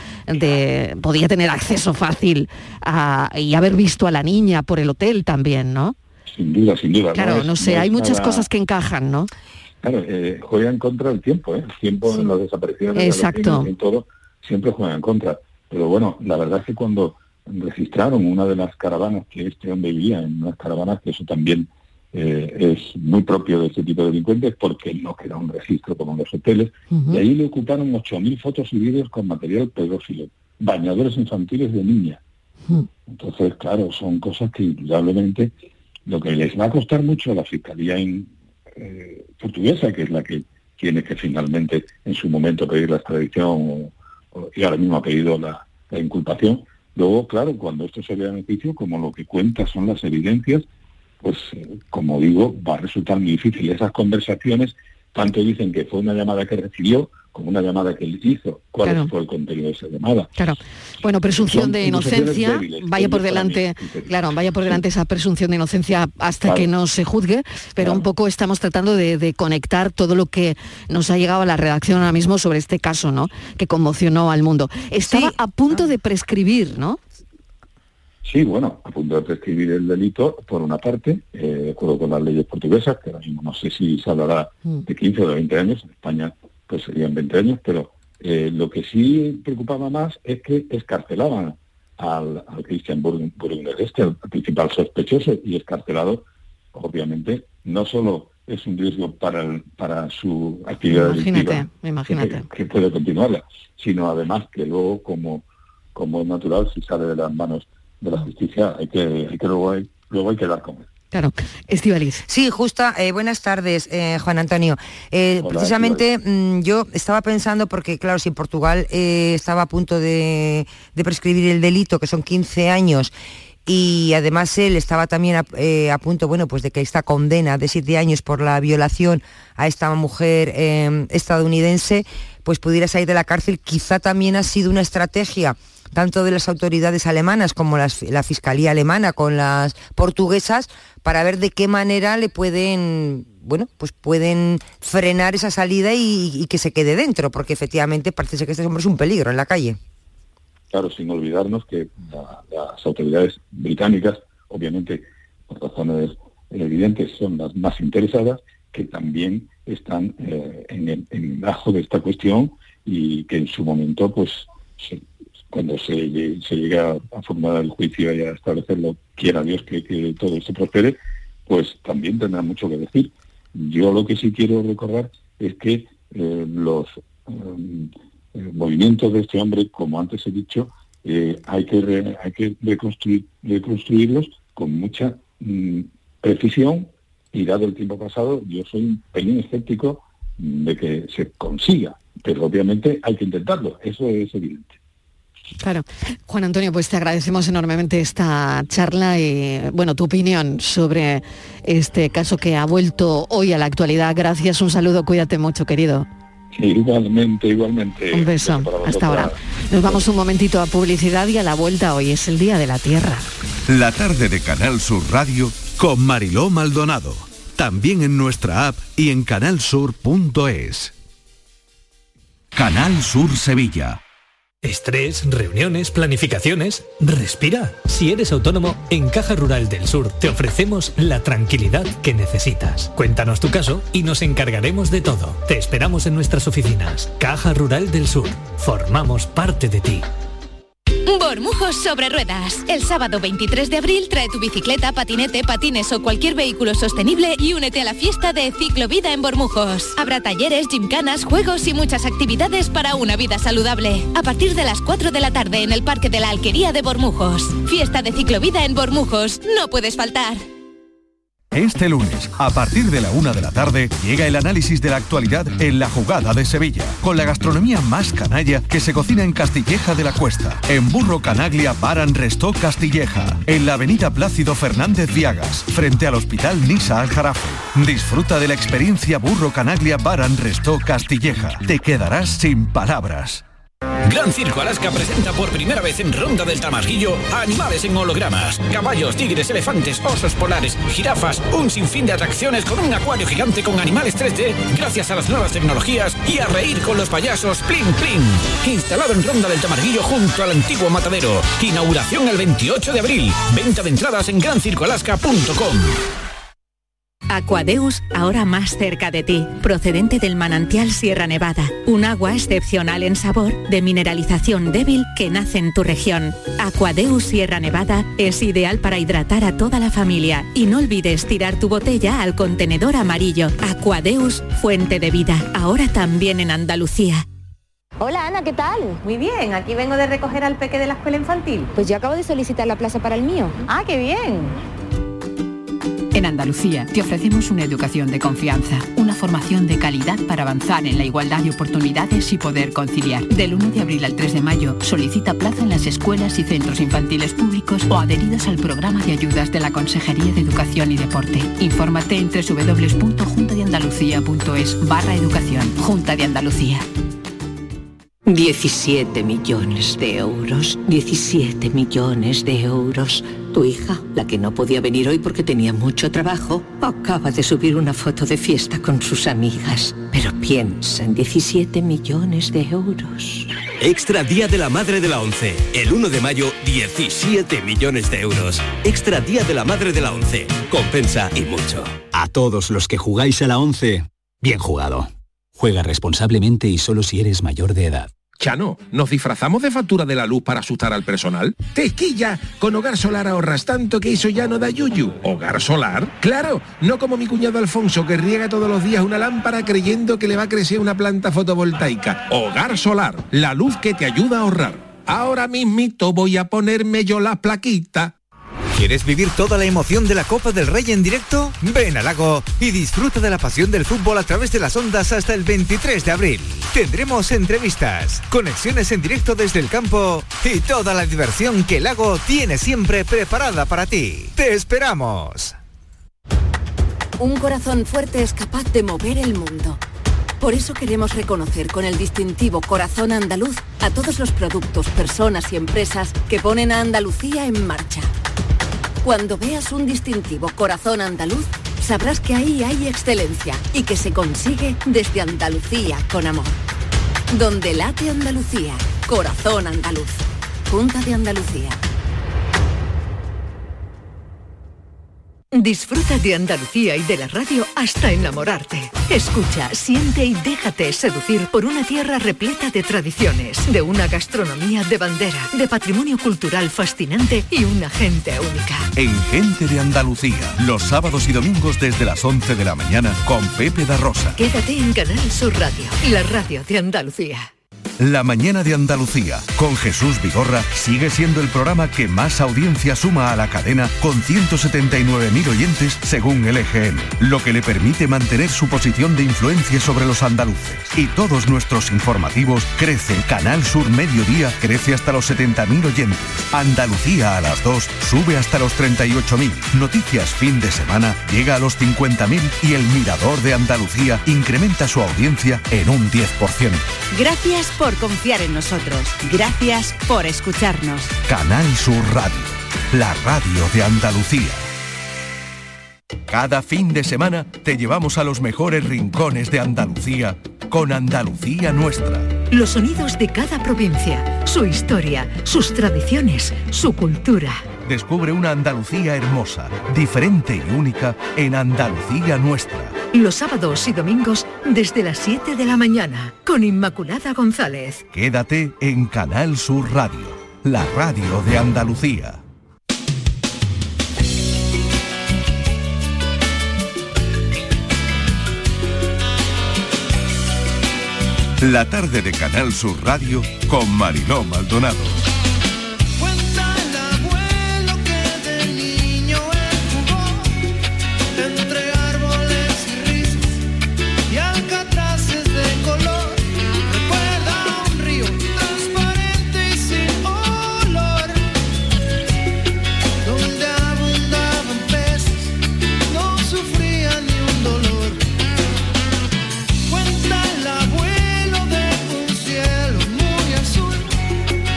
Speaker 1: podía tener acceso fácil y haber visto a la niña por el hotel también, ¿no?
Speaker 16: Sin duda.
Speaker 1: Claro, no sé, hay muchas cosas que encajan, ¿no?
Speaker 16: Claro, juega en contra el tiempo, El tiempo en las desapariciones,
Speaker 1: exacto,
Speaker 16: en todo, siempre juega en contra. Pero bueno, la verdad es que cuando registraron una de las caravanas que este hombre vivía, en unas caravanas, que eso también es muy propio de este tipo de delincuentes, porque no queda un registro como en los hoteles, y ahí le ocuparon 8.000 fotos y vídeos con material pedófilo, bañadores infantiles de niña. Entonces, claro, son cosas que indudablemente lo que les va a costar mucho a la Fiscalía portuguesa, que es la que tiene que finalmente en su momento pedir la extradición y ahora mismo ha pedido la inculpación. Luego, claro, cuando esto se vea en el juicio, como lo que cuenta son las evidencias, pues, como digo, va a resultar muy difícil. Esas conversaciones, tanto dicen que fue una llamada que recibió, como una llamada que él hizo. ¿Cuál fue el contenido de esa llamada?
Speaker 1: Claro. Bueno, presunción de inocencia, vaya por delante esa presunción de inocencia hasta que no se juzgue, pero un poco estamos tratando de conectar todo lo que nos ha llegado a la redacción ahora mismo sobre este caso, ¿no? Que conmocionó al mundo. Estaba a punto de prescribir, ¿no?
Speaker 16: Sí, bueno, a punto de prescribir el delito, por una parte, de acuerdo con las leyes portuguesas, que ahora mismo no sé si se hablará de 15 o de 20 años, en España pues serían 20 años, pero lo que sí preocupaba más es que escarcelaban al Christian Burgunder, al principal sospechoso, y escarcelado, obviamente, no solo es un riesgo para su actividad delictiva, que puede continuarla, sino además que luego, como es natural, si sale de las manos de la justicia, luego hay que dar con él.
Speaker 1: Claro, Estíbaliz.
Speaker 9: Sí, justa. Buenas tardes, Juan Antonio. Hola, precisamente yo estaba pensando, porque claro, si Portugal estaba a punto de prescribir el delito, que son 15 años, y además él estaba también a punto, bueno, pues de que esta condena de 7 años por la violación a esta mujer estadounidense, pues pudiera salir de la cárcel. Quizá también ha sido una estrategia tanto de las autoridades alemanas como la Fiscalía alemana con las portuguesas, para ver de qué manera le pueden frenar esa salida y que se quede dentro, porque efectivamente parece ser que este hombre es un peligro en la calle.
Speaker 16: Claro, sin olvidarnos que las autoridades británicas, obviamente por razones evidentes, son las más interesadas, que también están en el ajo de esta cuestión, y que en su momento, pues, cuando se llega a formar el juicio y a establecerlo, quiera Dios que todo esto prospere, pues también tendrá mucho que decir. Yo lo que sí quiero recordar es que los movimientos de este hombre, como antes he dicho, hay que reconstruirlos con mucha precisión, y dado el tiempo pasado, yo soy un pelín escéptico de que se consiga, pero obviamente hay que intentarlo, eso es evidente.
Speaker 1: Claro. Juan Antonio, pues te agradecemos enormemente esta charla y, bueno, tu opinión sobre este caso que ha vuelto hoy a la actualidad. Gracias, un saludo, cuídate mucho, querido.
Speaker 16: Igualmente.
Speaker 1: Un beso, hasta ahora. Nos vamos un momentito a publicidad y a la vuelta. Hoy es el Día de la Tierra.
Speaker 2: La tarde de Canal Sur Radio
Speaker 17: con Mariló Maldonado. También en nuestra app y en canalsur.es.
Speaker 2: Canal Sur Sevilla.
Speaker 18: Estrés, reuniones, planificaciones. Respira. Si eres autónomo, en Caja Rural del Sur te ofrecemos la tranquilidad que necesitas. Cuéntanos tu caso y nos encargaremos de todo. Te esperamos en nuestras oficinas. Caja Rural del Sur. Formamos parte de ti.
Speaker 19: Bormujos sobre ruedas. El sábado 23 de abril trae tu bicicleta, patinete, patines o cualquier vehículo sostenible y únete a la fiesta de Ciclovida en Bormujos. Habrá talleres, gimcanas, juegos y muchas actividades para una vida saludable. A partir de las 4 de la tarde en el Parque de la Alquería de Bormujos. Fiesta de Ciclovida en Bormujos. No puedes faltar.
Speaker 20: Este lunes, a partir de la 1 de la tarde, llega el análisis de la actualidad en La Jugada de Sevilla, con la gastronomía más canalla que se cocina en Castilleja de la Cuesta, en Burro Canaglia Bar and Restó Castilleja, en la avenida Plácido Fernández Viagas, frente al Hospital Nisa Al Jarafe. Disfruta de la experiencia Burro Canaglia Bar and Restó Castilleja. Te quedarás sin palabras.
Speaker 21: Gran Circo Alaska presenta por primera vez en Ronda del Tamarguillo animales en hologramas, caballos, tigres, elefantes, osos polares, jirafas, un sinfín de atracciones con un acuario gigante con animales 3D gracias a las nuevas tecnologías y a reír con los payasos Plin Plin. Instalado en Ronda del Tamarguillo junto al antiguo matadero. Inauguración el 28 de abril. Venta de entradas en grancircoalaska.com.
Speaker 22: Aquadeus, ahora más cerca de ti, procedente del manantial Sierra Nevada, un agua excepcional en sabor, de mineralización débil que nace en tu región. Aquadeus Sierra Nevada es ideal para hidratar a toda la familia y no olvides tirar tu botella al contenedor amarillo. Aquadeus, fuente de vida, ahora también en Andalucía.
Speaker 23: Hola Ana, ¿qué tal? Muy bien, aquí vengo de recoger al peque de la escuela infantil. Pues yo acabo de solicitar la plaza para el mío. Ah, qué bien.
Speaker 24: En Andalucía te ofrecemos una educación de confianza, una formación de calidad para avanzar en la igualdad de oportunidades y poder conciliar. Del 1 de abril al 3 de mayo solicita plaza en las escuelas y centros infantiles públicos o adheridos al programa de ayudas de la Consejería de Educación y Deporte. Infórmate en www.juntadeandalucía.es/educación. Junta de Andalucía.
Speaker 25: 17 millones de euros, 17 millones de euros. Tu hija, la que no podía venir hoy porque tenía mucho trabajo, acaba de subir una foto de fiesta con sus amigas. Pero piensa en 17 millones de euros.
Speaker 26: Extra Día de la Madre de la ONCE. El 1 de mayo, 17 millones de euros. Extra Día de la Madre de la ONCE. Compensa y mucho.
Speaker 27: A todos los que jugáis a la ONCE, bien jugado. Juega responsablemente y solo si eres mayor de edad.
Speaker 28: Chano, ¿nos disfrazamos de factura de la luz para asustar al personal? ¡Tequilla! Con Hogar Solar ahorras tanto que eso ya no da yuyu. ¿Hogar Solar? ¡Claro! No como mi cuñado Alfonso, que riega todos los días una lámpara creyendo que le va a crecer una planta fotovoltaica. Hogar Solar, la luz que te ayuda a ahorrar. Ahora mismito voy a ponerme yo la plaquita.
Speaker 29: ¿Quieres vivir toda la emoción de la Copa del Rey en directo? Ven a Lago y disfruta de la pasión del fútbol a través de las ondas hasta el 23 de abril. Tendremos entrevistas, conexiones en directo desde el campo y toda la diversión que Lago tiene siempre preparada para ti. ¡Te esperamos!
Speaker 22: Un corazón fuerte es capaz de mover el mundo. Por eso queremos reconocer con el distintivo Corazón Andaluz a todos los productos, personas y empresas que ponen a Andalucía en marcha. Cuando veas un distintivo Corazón Andaluz, sabrás que ahí hay excelencia y que se consigue desde Andalucía con amor. Donde late Andalucía, Corazón Andaluz. Junta de Andalucía.
Speaker 30: Disfruta de Andalucía y de la radio hasta enamorarte. Escucha, siente y déjate seducir por una tierra repleta de tradiciones, de una gastronomía de bandera, de patrimonio cultural fascinante y una gente única.
Speaker 20: En Gente de Andalucía, los sábados y domingos desde las 11 de la mañana con Pepe da Rosa.
Speaker 30: Quédate en Canal Sur Radio, la radio de Andalucía.
Speaker 20: La mañana de Andalucía, con Jesús Vigorra, sigue siendo el programa que más audiencia suma a la cadena, con 179.000 oyentes según el EGM, lo que le permite mantener su posición de influencia sobre los andaluces. Y todos nuestros informativos crecen. Canal Sur Mediodía crece hasta los 70.000 oyentes. Andalucía a las 2 sube hasta los 38.000. Noticias fin de semana llega a los 50.000 y el Mirador de Andalucía incrementa su audiencia en un 10%.
Speaker 22: Gracias por confiar en nosotros. Gracias por escucharnos.
Speaker 20: Canal Sur Radio, la radio de Andalucía. Cada fin de semana te llevamos a los mejores rincones de Andalucía con Andalucía Nuestra.
Speaker 30: Los sonidos de cada provincia, su historia, sus tradiciones, su cultura.
Speaker 20: Descubre una Andalucía hermosa, diferente y única en Andalucía Nuestra.
Speaker 30: Los sábados y domingos desde las 7 de la mañana con Inmaculada González.
Speaker 20: Quédate en Canal Sur Radio, la radio de Andalucía. La tarde de Canal Sur Radio con Mariló Maldonado.
Speaker 8: Cuenta el abuelo que de niño él jugó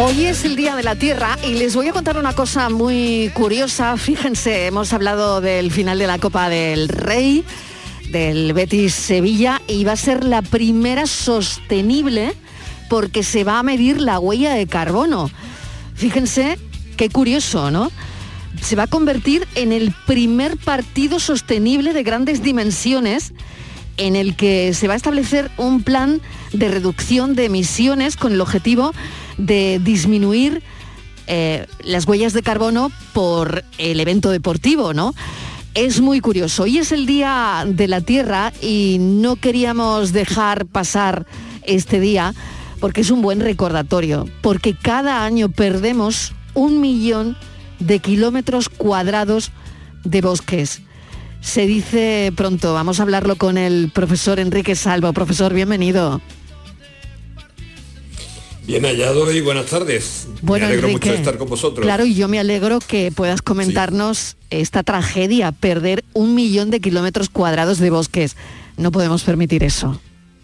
Speaker 1: Hoy es el Día de la Tierra y les voy a contar una cosa muy curiosa. Fíjense, hemos hablado del final de la Copa del Rey, del Betis Sevilla, y va a ser la primera sostenible porque se va a medir la huella de carbono. Fíjense qué curioso, ¿no? Se va a convertir en el primer partido sostenible de grandes dimensiones en el que se va a establecer un plan de reducción de emisiones con el objetivo de disminuir las huellas de carbono por el evento deportivo, ¿no? Es muy curioso. Hoy es el Día de la Tierra y no queríamos dejar pasar este día porque es un buen recordatorio, porque cada año perdemos 1 millón de kilómetros cuadrados de bosques. Se dice pronto. Vamos a hablarlo con el profesor Enrique Salvo. Profesor, bienvenido.
Speaker 3: Bien hallado y buenas tardes.
Speaker 1: Bueno,
Speaker 3: me alegro
Speaker 1: Enrique,
Speaker 3: mucho de estar con vosotros.
Speaker 1: Claro, y yo me alegro que puedas comentarnos esta tragedia, perder 1 millón de kilómetros cuadrados de bosques. No podemos permitir eso.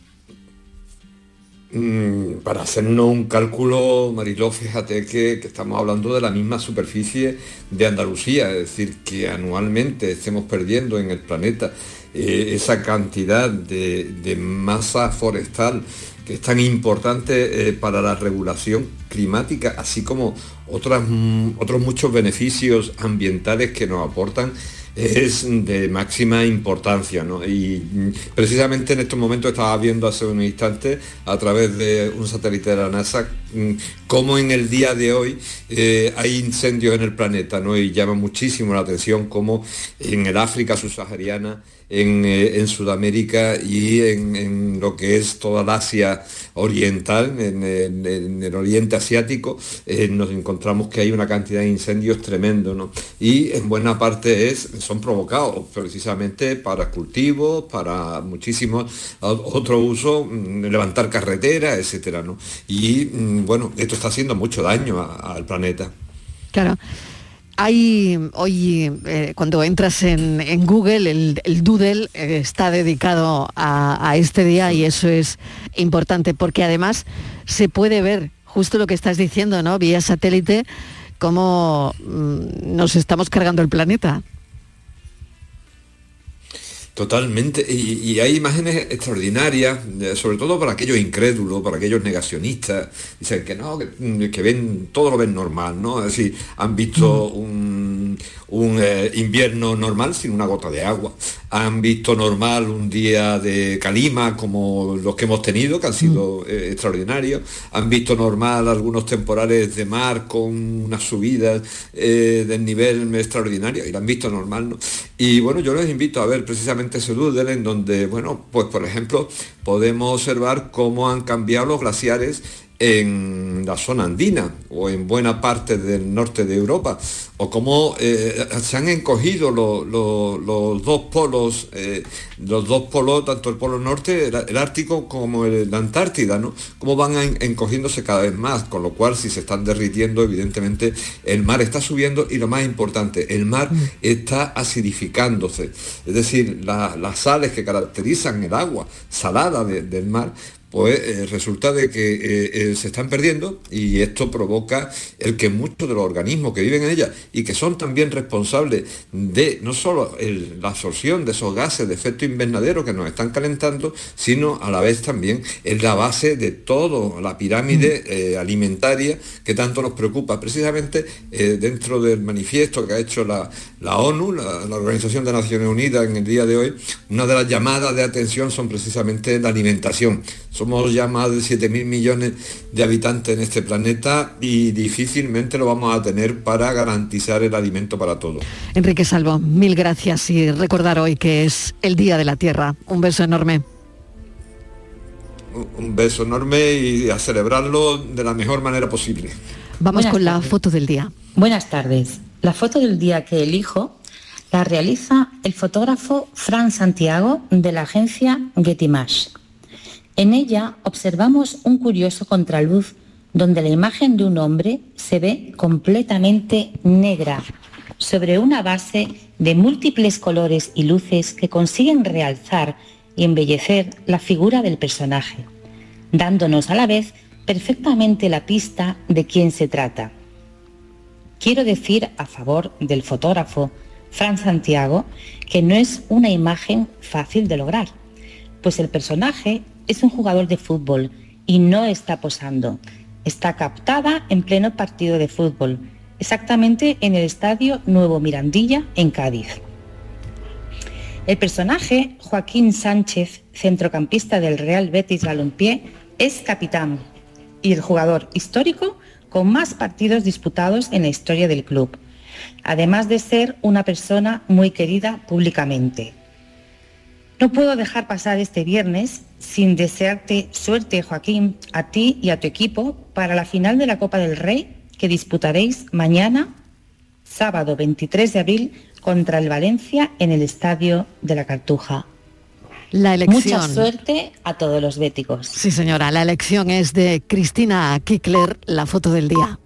Speaker 3: Para hacernos un cálculo, Mariló, fíjate que estamos hablando de la misma superficie de Andalucía, es decir, que anualmente estemos perdiendo en el planeta esa cantidad de masa forestal que es tan importante para la regulación climática, así como otros muchos beneficios ambientales que nos aportan, es de máxima importancia, ¿no? Y precisamente en estos momentos estaba viendo hace un instante a través de un satélite de la NASA cómo en el día de hoy hay incendios en el planeta, ¿no? Y llama muchísimo la atención cómo en el África subsahariana, en Sudamérica y en lo que es toda la Asia oriental, en el oriente asiático, nos encontramos que hay una cantidad de incendios tremendo, ¿no? Y en buena parte son provocados precisamente para cultivos, para muchísimos otros usos, levantar carreteras, etcétera, ¿no? Y bueno, esto está haciendo mucho daño al planeta.
Speaker 1: Claro. Hay hoy, cuando entras en Google, el Doodle está dedicado a este día y eso es importante porque además se puede ver justo lo que estás diciendo, ¿no? Vía satélite, cómo nos estamos cargando el planeta.
Speaker 3: Totalmente, y hay imágenes extraordinarias, sobre todo para aquellos incrédulos, para aquellos negacionistas, dicen que no, que ven, todo lo ven normal, ¿no? Es decir, han visto un invierno normal sin una gota de agua, han visto normal un día de calima como los que hemos tenido, que han sido extraordinarios, han visto normal algunos temporales de mar con unas subidas del nivel extraordinario, y lo han visto normal, ¿no? Y bueno, yo les invito a ver precisamente ese doodle en donde, bueno, pues por ejemplo, podemos observar cómo han cambiado los glaciares en la zona andina o en buena parte del norte de Europa, o cómo se han encogido los dos polos, tanto el polo norte, el Ártico, como la Antártida, ¿no? Cómo van encogiéndose cada vez más, con lo cual si se están derritiendo, evidentemente el mar está subiendo y lo más importante, el mar está acidificándose, es decir, las sales que caracterizan el agua salada del mar, pues resulta de que se están perdiendo, y esto provoca el que muchos de los organismos que viven en ella y que son también responsables de no solo la absorción de esos gases de efecto invernadero que nos están calentando, sino a la vez también es la base de toda la pirámide alimentaria que tanto nos preocupa. Precisamente dentro del manifiesto que ha hecho la ONU, la Organización de Naciones Unidas, en el día de hoy, una de las llamadas de atención son precisamente la alimentación. Somos ya más de 7.000 millones de habitantes en este planeta y difícilmente lo vamos a tener para garantizar el alimento para todos.
Speaker 1: Enrique Salvo, mil gracias, y recordar hoy que es el Día de la Tierra. Un beso enorme.
Speaker 3: Un beso enorme y a celebrarlo de la mejor manera posible.
Speaker 1: Vamos con la foto del día.
Speaker 4: Buenas tardes. La foto del día que elijo la realiza el fotógrafo Fran Santiago de la agencia Getty Images. En ella observamos un curioso contraluz donde la imagen de un hombre se ve completamente negra sobre una base de múltiples colores y luces que consiguen realzar y embellecer la figura del personaje, dándonos a la vez perfectamente la pista de quién se trata. Quiero decir a favor del fotógrafo Fran Santiago que no es una imagen fácil de lograr, pues el personaje es un jugador de fútbol y no está posando. Está captada en pleno partido de fútbol, exactamente en el Estadio Nuevo Mirandilla, en Cádiz. El personaje, Joaquín Sánchez, centrocampista del Real Betis Balompié, es capitán y el jugador histórico con más partidos disputados en la historia del club, además de ser una persona muy querida públicamente. No puedo dejar pasar este viernes sin desearte suerte, Joaquín, a ti y a tu equipo para la final de la Copa del Rey que disputaréis mañana, sábado 23 de abril, contra el Valencia en el Estadio de la Cartuja.
Speaker 1: La elección.
Speaker 4: Mucha suerte a todos los béticos.
Speaker 1: Sí, señora, la elección es de Cristina Kickler, la foto del día.